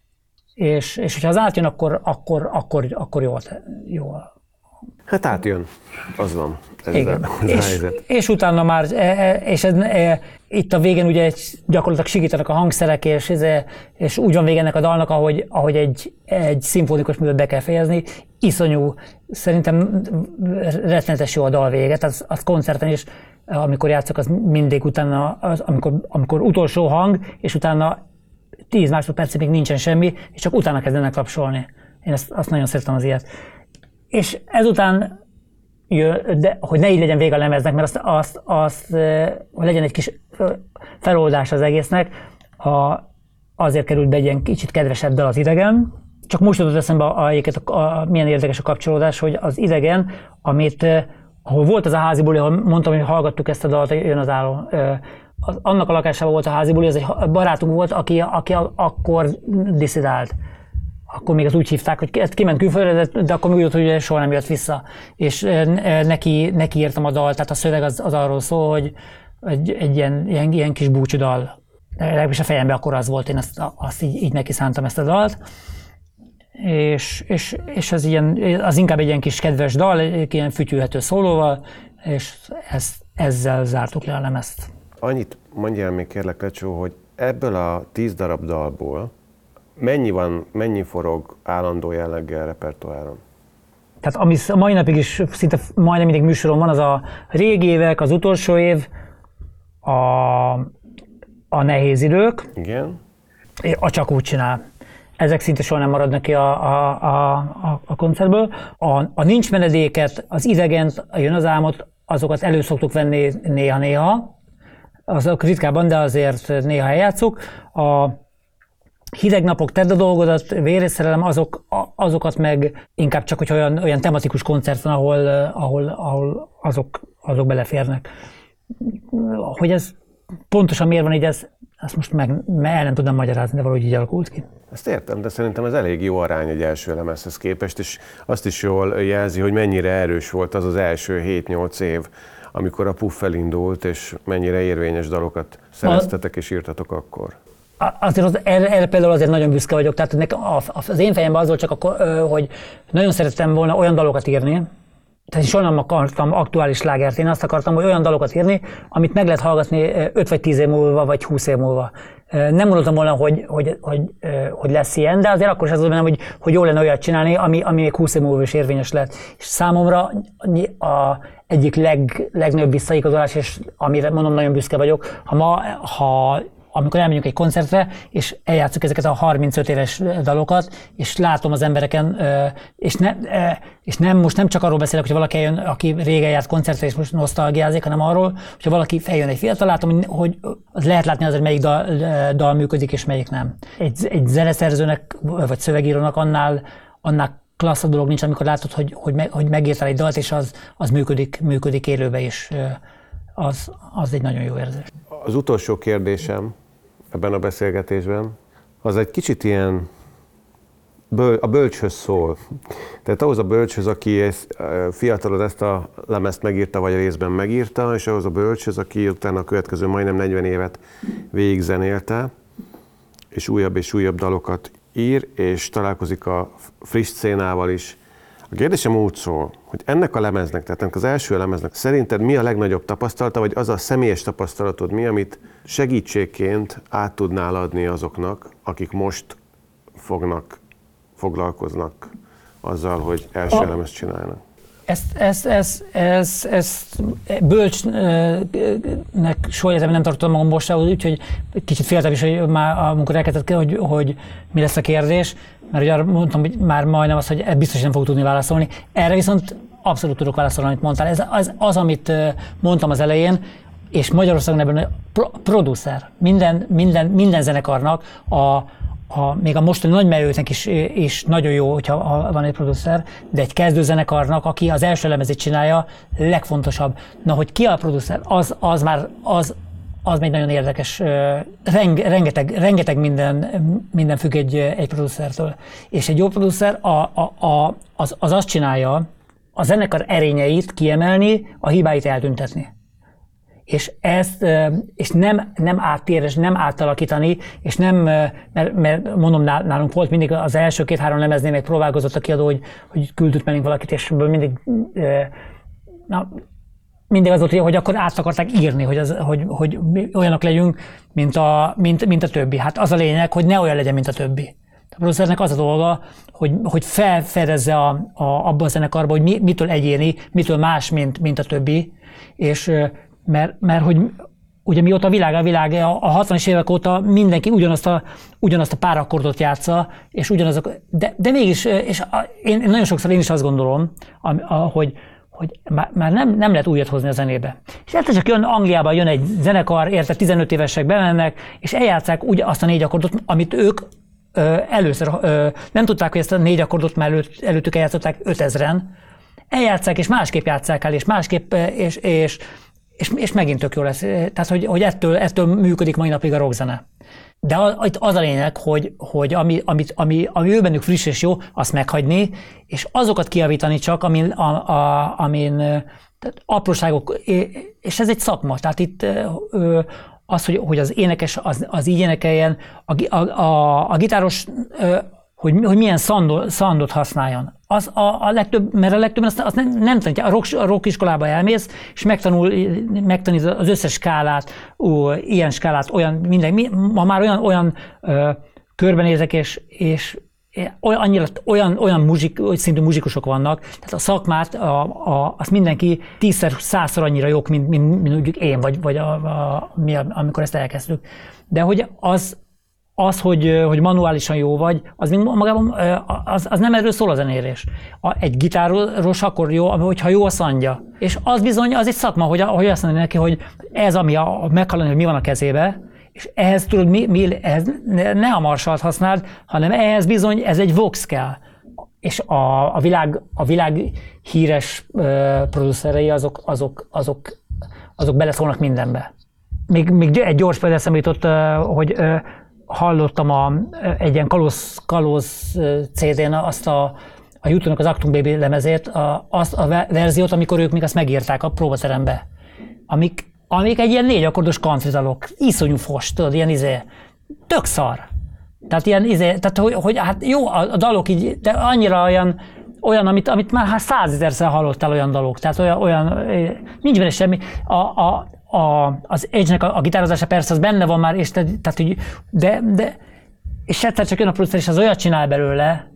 És, és hogyha az átjön, akkor, akkor, akkor, akkor jó. jó. Hát átjön, az van. Ez Igen. A, ez és, és utána már, és ez, e, itt a végén ugye gyakorlatilag sikítanak a hangszerek, és, és úgy van vége ennek a dalnak, ahogy, ahogy egy, egy szimfonikus művet be kell fejezni. Iszonyú, szerintem rettenetes jó a dal vége, az, az koncerten is, amikor játszok, az mindig utána, az, amikor, amikor utolsó hang, és utána tíz másodpercig még nincsen semmi, és csak utána kezdenek tapsolni. Én ezt, azt nagyon szeretem az ilyet. És ezután, jön, de, hogy ne így legyen vége a lemeznek, mert azt, azt, azt, hogy legyen egy kis feloldás az egésznek, ha azért került be egy ilyen kicsit kedvesebb dal az Idegen. Csak most jutott eszembe a, a, a, a, milyen érdekes a kapcsolódás, hogy az Idegen, amit, ahol volt az a házi buli, ahol mondtam, hogy hallgattuk ezt a dalt, jön az álló, az, annak a lakásában volt a házi buli, az egy barátunk volt, aki, aki akkor disszidált. Akkor még az úgy hívták, hogy kiment külföldre, de akkor még úgy jött, hogy soha nem jött vissza. És neki, neki írtam a dalt, tehát a szöveg az, az arról szól, hogy egy, egy ilyen, ilyen, ilyen kis búcsúdal. Legalábbis a fejemben akkor az volt, én azt, azt így, így neki szántam ezt a dalt. És, és, és az, ilyen, az inkább egy ilyen kis kedves dal, egy ilyen fütyülhető szólóval, és ezt, ezzel zártuk le a lemezt. Annyit mondjál még kérlek, Lecsó, hogy ebből a tíz darab dalból mennyi van, mennyi forog állandó jelleggel repertoáron? Tehát ami a mai napig is szinte majdnem mindig műsoron van, az a régi évek, az utolsó év, a, a nehéz idők, Igen. A Csak úgy csinál. Ezek szinte soha nem maradnak ki a, a, a, a koncertből. A, a Nincs menedéket, az Idegent, a Jön az álmot, azokat elő szoktuk venni néha-néha. Azok ritkábban, de azért néha eljátszuk. A Hideg napok, tedd a dolgodat, Vér és szerelem, azok, azokat meg inkább csak, hogy olyan, olyan tematikus koncert van, ahol, ahol, ahol azok, azok beleférnek. Hogy ez pontosan miért van így, ez, ezt most meg el nem tudom magyarázni, de valahogy így alakult ki. Ezt értem, de szerintem ez elég jó arány egy első lemezhez képest, és azt is jól jelzi, hogy mennyire erős volt az az első hét-nyolc év, amikor a Puff elindult, és mennyire érvényes dalokat szereztetek és írtatok akkor. Azért az, erre, erre például azért nagyon büszke vagyok, tehát az én fejemben az volt csak, hogy nagyon szerettem volna olyan dalokat írni, tehát soha nem akartam aktuális slágert, én azt akartam, hogy olyan dalokat írni, amit meg lehet hallgatni öt vagy tíz év múlva, vagy húsz év múlva. Nem gondoltam volna, hogy, hogy, hogy, hogy lesz ilyen, de azért akkor is az volt bennem, hogy, hogy jó lenne olyat csinálni, ami, ami még húsz év múlva is érvényes lehet. És számomra a egyik leg, legnagyobb visszaigazolás, és amire mondom, nagyon büszke vagyok, ha ma, ha amikor elmegyünk egy koncertre, és eljátszuk ezeket a harmincöt éves dalokat, és látom az embereken, és, ne, és nem, most nem csak arról beszélek, hogy valaki eljön, aki régen járt koncertre, és most nosztalgiázik, hanem arról, hogyha valaki feljön egy fiatal, látom, hogy az lehet látni azért, melyik dal, dal működik, és melyik nem. Egy, egy zeneszerzőnek, vagy szövegírónak annál, annál klasszabb dolog nincs, amikor látod, hogy, hogy, meg, hogy megírtál egy dalt, és az, az működik, működik élőbe is. Az, az egy nagyon jó érzés. Az utolsó kérdésem ebben a beszélgetésben, az egy kicsit ilyen böl, a bölcshöz szól. Tehát ahhoz a bölcshöz, aki ezt, fiatalod ezt a lemezt megírta, vagy részben megírta, és ahhoz a bölcshöz, aki utána a következő majdnem negyven évet végigzenélte, és újabb és újabb dalokat ír, és találkozik a friss szcénával is. A kérdésem úgy szól, hogy ennek a lemeznek, tehát ennek az első lemeznek szerinted mi a legnagyobb tapasztalata, vagy az a személyes tapasztalatod mi, amit segítségként át tudnál adni azoknak, akik most fognak, foglalkoznak azzal, hogy első a, lemezt csinálnak? Ezt, ezt, ezt, ezt, ezt bölcsnek soha életemben nem tartottam magam mostanában, úgyhogy kicsit féltem is, hogy már amikor elkezdett, hogy, hogy mi lesz a kérdés, mert ugye mondtam, hogy már majdnem azt, hogy biztos nem fogok tudni válaszolni. Erre viszont abszolút tudok válaszolni, amit mondtál. Ez az, az amit mondtam az elején, és Magyarországon ebben a pro, producer, minden, minden, minden zenekarnak, a, a, még a mostani nagy merőknek is, is nagyon jó, hogyha ha van egy producer, de egy kezdőzenekarnak, aki az első lemezét csinálja, legfontosabb. Na, hogy ki a producer, az, az már, az, az még nagyon érdekes. Renge, rengeteg, rengeteg minden, minden függ egy, egy producertől. És egy jó producer a, a, a, az, az azt csinálja, a zenekar erényeit kiemelni, a hibáit eltüntetni. És ezt, és nem, nem áttéres, nem átalakítani, és nem, mert, mert mondom, nálunk volt mindig az első két-három lemeznél még próbálkozott a kiadó, hogy, hogy küldött mellénk valakit, és mindig, na, mindig az volt, hogy akkor át akarták írni, hogy, az, hogy, hogy olyanok legyünk, mint a, mint, mint a többi. Hát az a lényeg, hogy ne olyan legyen, mint a többi. A producernek az a dolga, hogy, hogy felfedezze a, a, abban a zenekarban, hogy mi, mitől egyéni, mitől más, mint, mint a többi, és mert, mert hogy ugye mióta a világ a világ, a hatvanas évek óta mindenki ugyanazt a, ugyanazt a pár akkordot játsza, és ugyanazok, de, de mégis, és a, én, én nagyon sokszor én is azt gondolom, a, a, hogy, hogy már, már nem, nem lehet újat hozni a zenébe. És egyszer csak jön Angliában jön egy zenekar, érte tizenöt évesek bemennek, és eljátszák úgy azt a négy akkordot, amit ők ö, először ö, nem tudták, hogy ezt a négy akkordot már előtt, előttük eljátszották ötezren, eljátszák, és másképp játsszák el, és másképp, és, és És, és megint tök jó lesz. Tehát, hogy, hogy ettől, ettől működik mai napig a rockzene. De az, az a lényeg, hogy, hogy ami, amit, ami, ami ő bennük friss és jó, azt meghagyni, és azokat kijavítani csak, amin, a, a, amin tehát apróságok, és ez egy szakma. Tehát itt az, hogy, hogy az énekes az, az így énekeljen, a, a, a, a gitáros, hogy, hogy milyen szandot, szandot használjon. Az a, a legtöbb, mert a legtöbben azt, azt nem, nem tanítja. A rock, a rock iskolába elmész, és megtanul, megtanít az összes skálát, ó, ilyen skálát, olyan, minden, mi, ma már olyan, olyan ö, körbenézek, és, és olyan, annyira, olyan, olyan muzsik, szintű muzsikusok vannak, tehát a szakmát, a, a, azt mindenki tízszer, százszor annyira jók, mint, mint, mint mondjuk én, vagy, vagy a, a, mi, amikor ezt elkezdtük. De hogy az, Az, hogy, hogy manuálisan jó vagy, az, magában, az, az nem erről szól a zenélés. Egy gitáros akkor jó, hogyha jó a szandja. És az bizony, az egy szakma, hogy, hogy azt mondja neki, hogy ez, ami a, meghallani, hogy mi van a kezébe, és ehhez tudod, mi, mi, ehhez ne a Marshall-t használd, hanem ehhez bizony, ez egy Vox kell. És a, a, világ, a világ híres uh, producerei, azok, azok, azok, azok beleszólnak mindenbe. Még, még egy gyors például eszembe jutott, uh, hogy uh, hallottam a, egy ilyen kalóz, kalóz cé dén azt a, a YouTube-nak az Actung Baby lemezét, a, azt a verziót, amikor ők még azt megírták a próbaterembe. Amik, amik egy ilyen négy akkordos country dalok, iszonyú fos, tudod, ilyen izé, tök szar. Tehát ilyen izé, tehát hogy, hogy hát jó, a, a dalok így, de annyira olyan, olyan, amit, amit már hát százezerszer hallottál olyan dalok, tehát olyan, olyan nincs benne semmi. A, a, A, az Edge-nek a, a gitározása persze az benne van már, és te, tehát, hogy, de, de és egyszer csak jön a producer, és az olyat csinál belőle,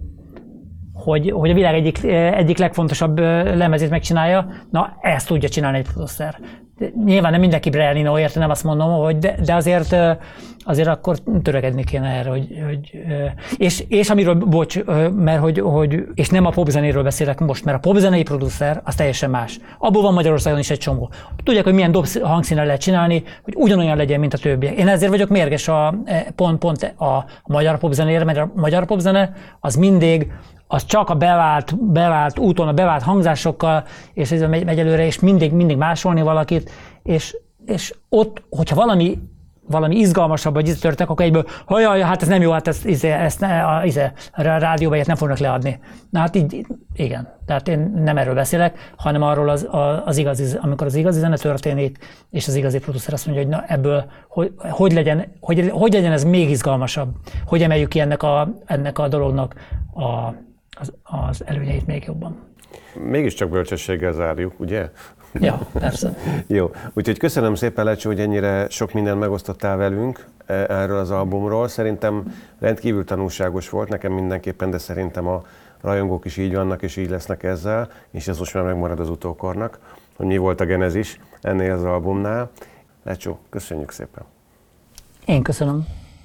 hogy, hogy a világ egyik, egyik legfontosabb lemezét megcsinálja, na ezt tudja csinálni egy producer. Nyilván nem mindenki Brian Eno, érte, nem azt mondom, hogy de, de azért, azért akkor törekedni kéne erre, hogy, hogy és, és amiről, bocs, mert hogy, hogy, és nem a popzenéről beszélek most, mert a popzenei producer az teljesen más. Abból van Magyarországon is egy csomó. Tudják, hogy milyen dob hangszínnel lehet csinálni, hogy ugyanolyan legyen, mint a többiek. Én ezért vagyok mérges a, pont, pont a magyar popzenére, mert a magyar popzene az mindig az csak a bevált, bevált úton, a bevált hangzásokkal, és ez megy, megy előre, és mindig, mindig másolni valakit, és, és ott, hogyha valami, valami izgalmasabb, vagy ez történik, akkor egyből, hajaj, hát ez nem jó, hát ezt, ezt, ezt a, a rádióban ilyet nem fognak leadni. Na hát így, igen. Tehát én nem erről beszélek, hanem arról az, az igazi, amikor az igazi zene történik, és az igazi producer azt mondja, hogy na ebből, hogy, hogy, legyen, hogy, hogy legyen ez még izgalmasabb, hogy emeljük ki ennek a, ennek a dolognak a Az, az előnyeit még jobban. Mégiscsak bölcsességgel zárjuk, ugye? Ja, persze. Jó, úgyhogy köszönöm szépen, Lecsó, hogy ennyire sok mindent megosztottál velünk erről az albumról. Szerintem rendkívül tanulságos volt nekem mindenképpen, de szerintem a, rajongók is így vannak és így lesznek ezzel, és ez most már megmarad az utókornak, hogy mi volt a genezis ennél az albumnál. Lecsó, köszönjük szépen! Én köszönöm.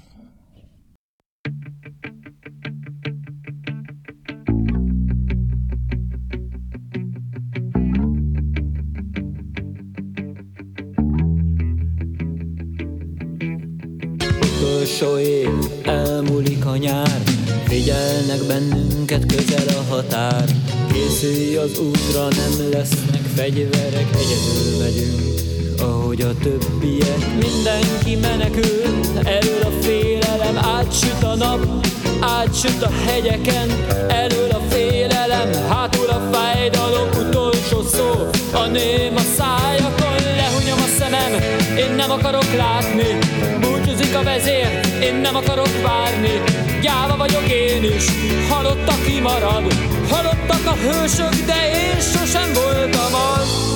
Utolsó év, elmúlik a nyár, figyelnek bennünket közel a határ. Készülj az útra, nem lesznek fegyverek, egyedül megyünk, ahogy a többiek. Mindenki menekül, elől a félelem, átsüt a nap, átsüt a hegyeken, elől a félelem, hátul a fájdalom, utolsó szó, a ném a szájakon, lehunyom a szemem, én nem akarok látni, búcsúzik a vezér, én nem akarok várni, gyáva vagyok én is, halott aki marad, halottak a hősök, de én sosem voltam az.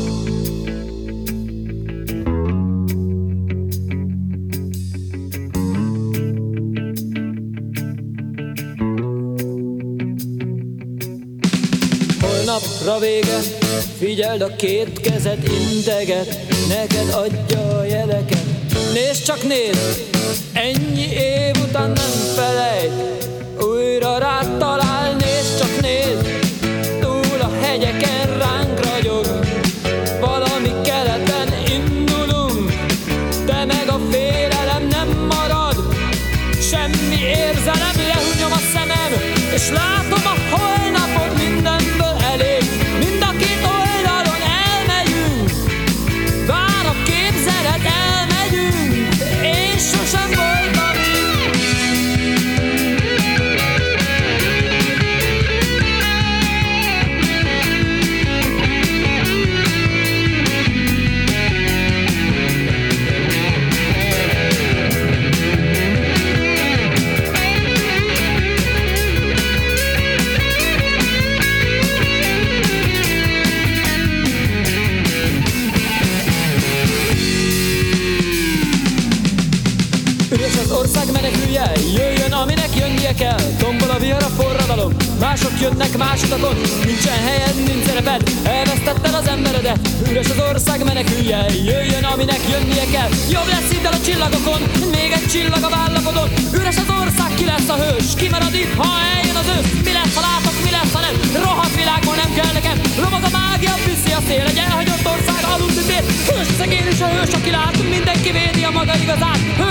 Holnapra vége, figyeld a két kezed integet, neked adja a jeleket. Nézd csak nézd, ennyi év után nem felejt, újra rád talál, nézd csak nézd, túl a hegyeken ránk ragyog, valami keleten indulunk, de meg a félelem nem marad, semmi érzelem, lehunyom a szemem, és látom a holnapot, mindenből elég, mind a két oldalon elmegyünk, vár a képzelet, elmegyünk, én sosem voltam így. Üres az ország, menekülje, jöjjön aminek jönnie kell. Tombol a vihar, a forradalom, mások jönnek más utakon. Nincsen helyed, nincs szereped, elvesztetted az emberedet. Üres az ország, menekülje, jöjjön aminek jönnie kell. Jobb lesz itt el a csillagokon, még egy csillag a vállapodon. Üres az ország, ki lesz a hős, ki marad itt, ha eljön az ősz. Mi lesz, ha látok, mi lesz, ha nem, rohadt világból nem kell nekem. Lomog a mágia, viszi a szél, egy elhagyott ország, aludt ütér. Hős szegény is a hős, aki lát, mindenki védi a maga igazát.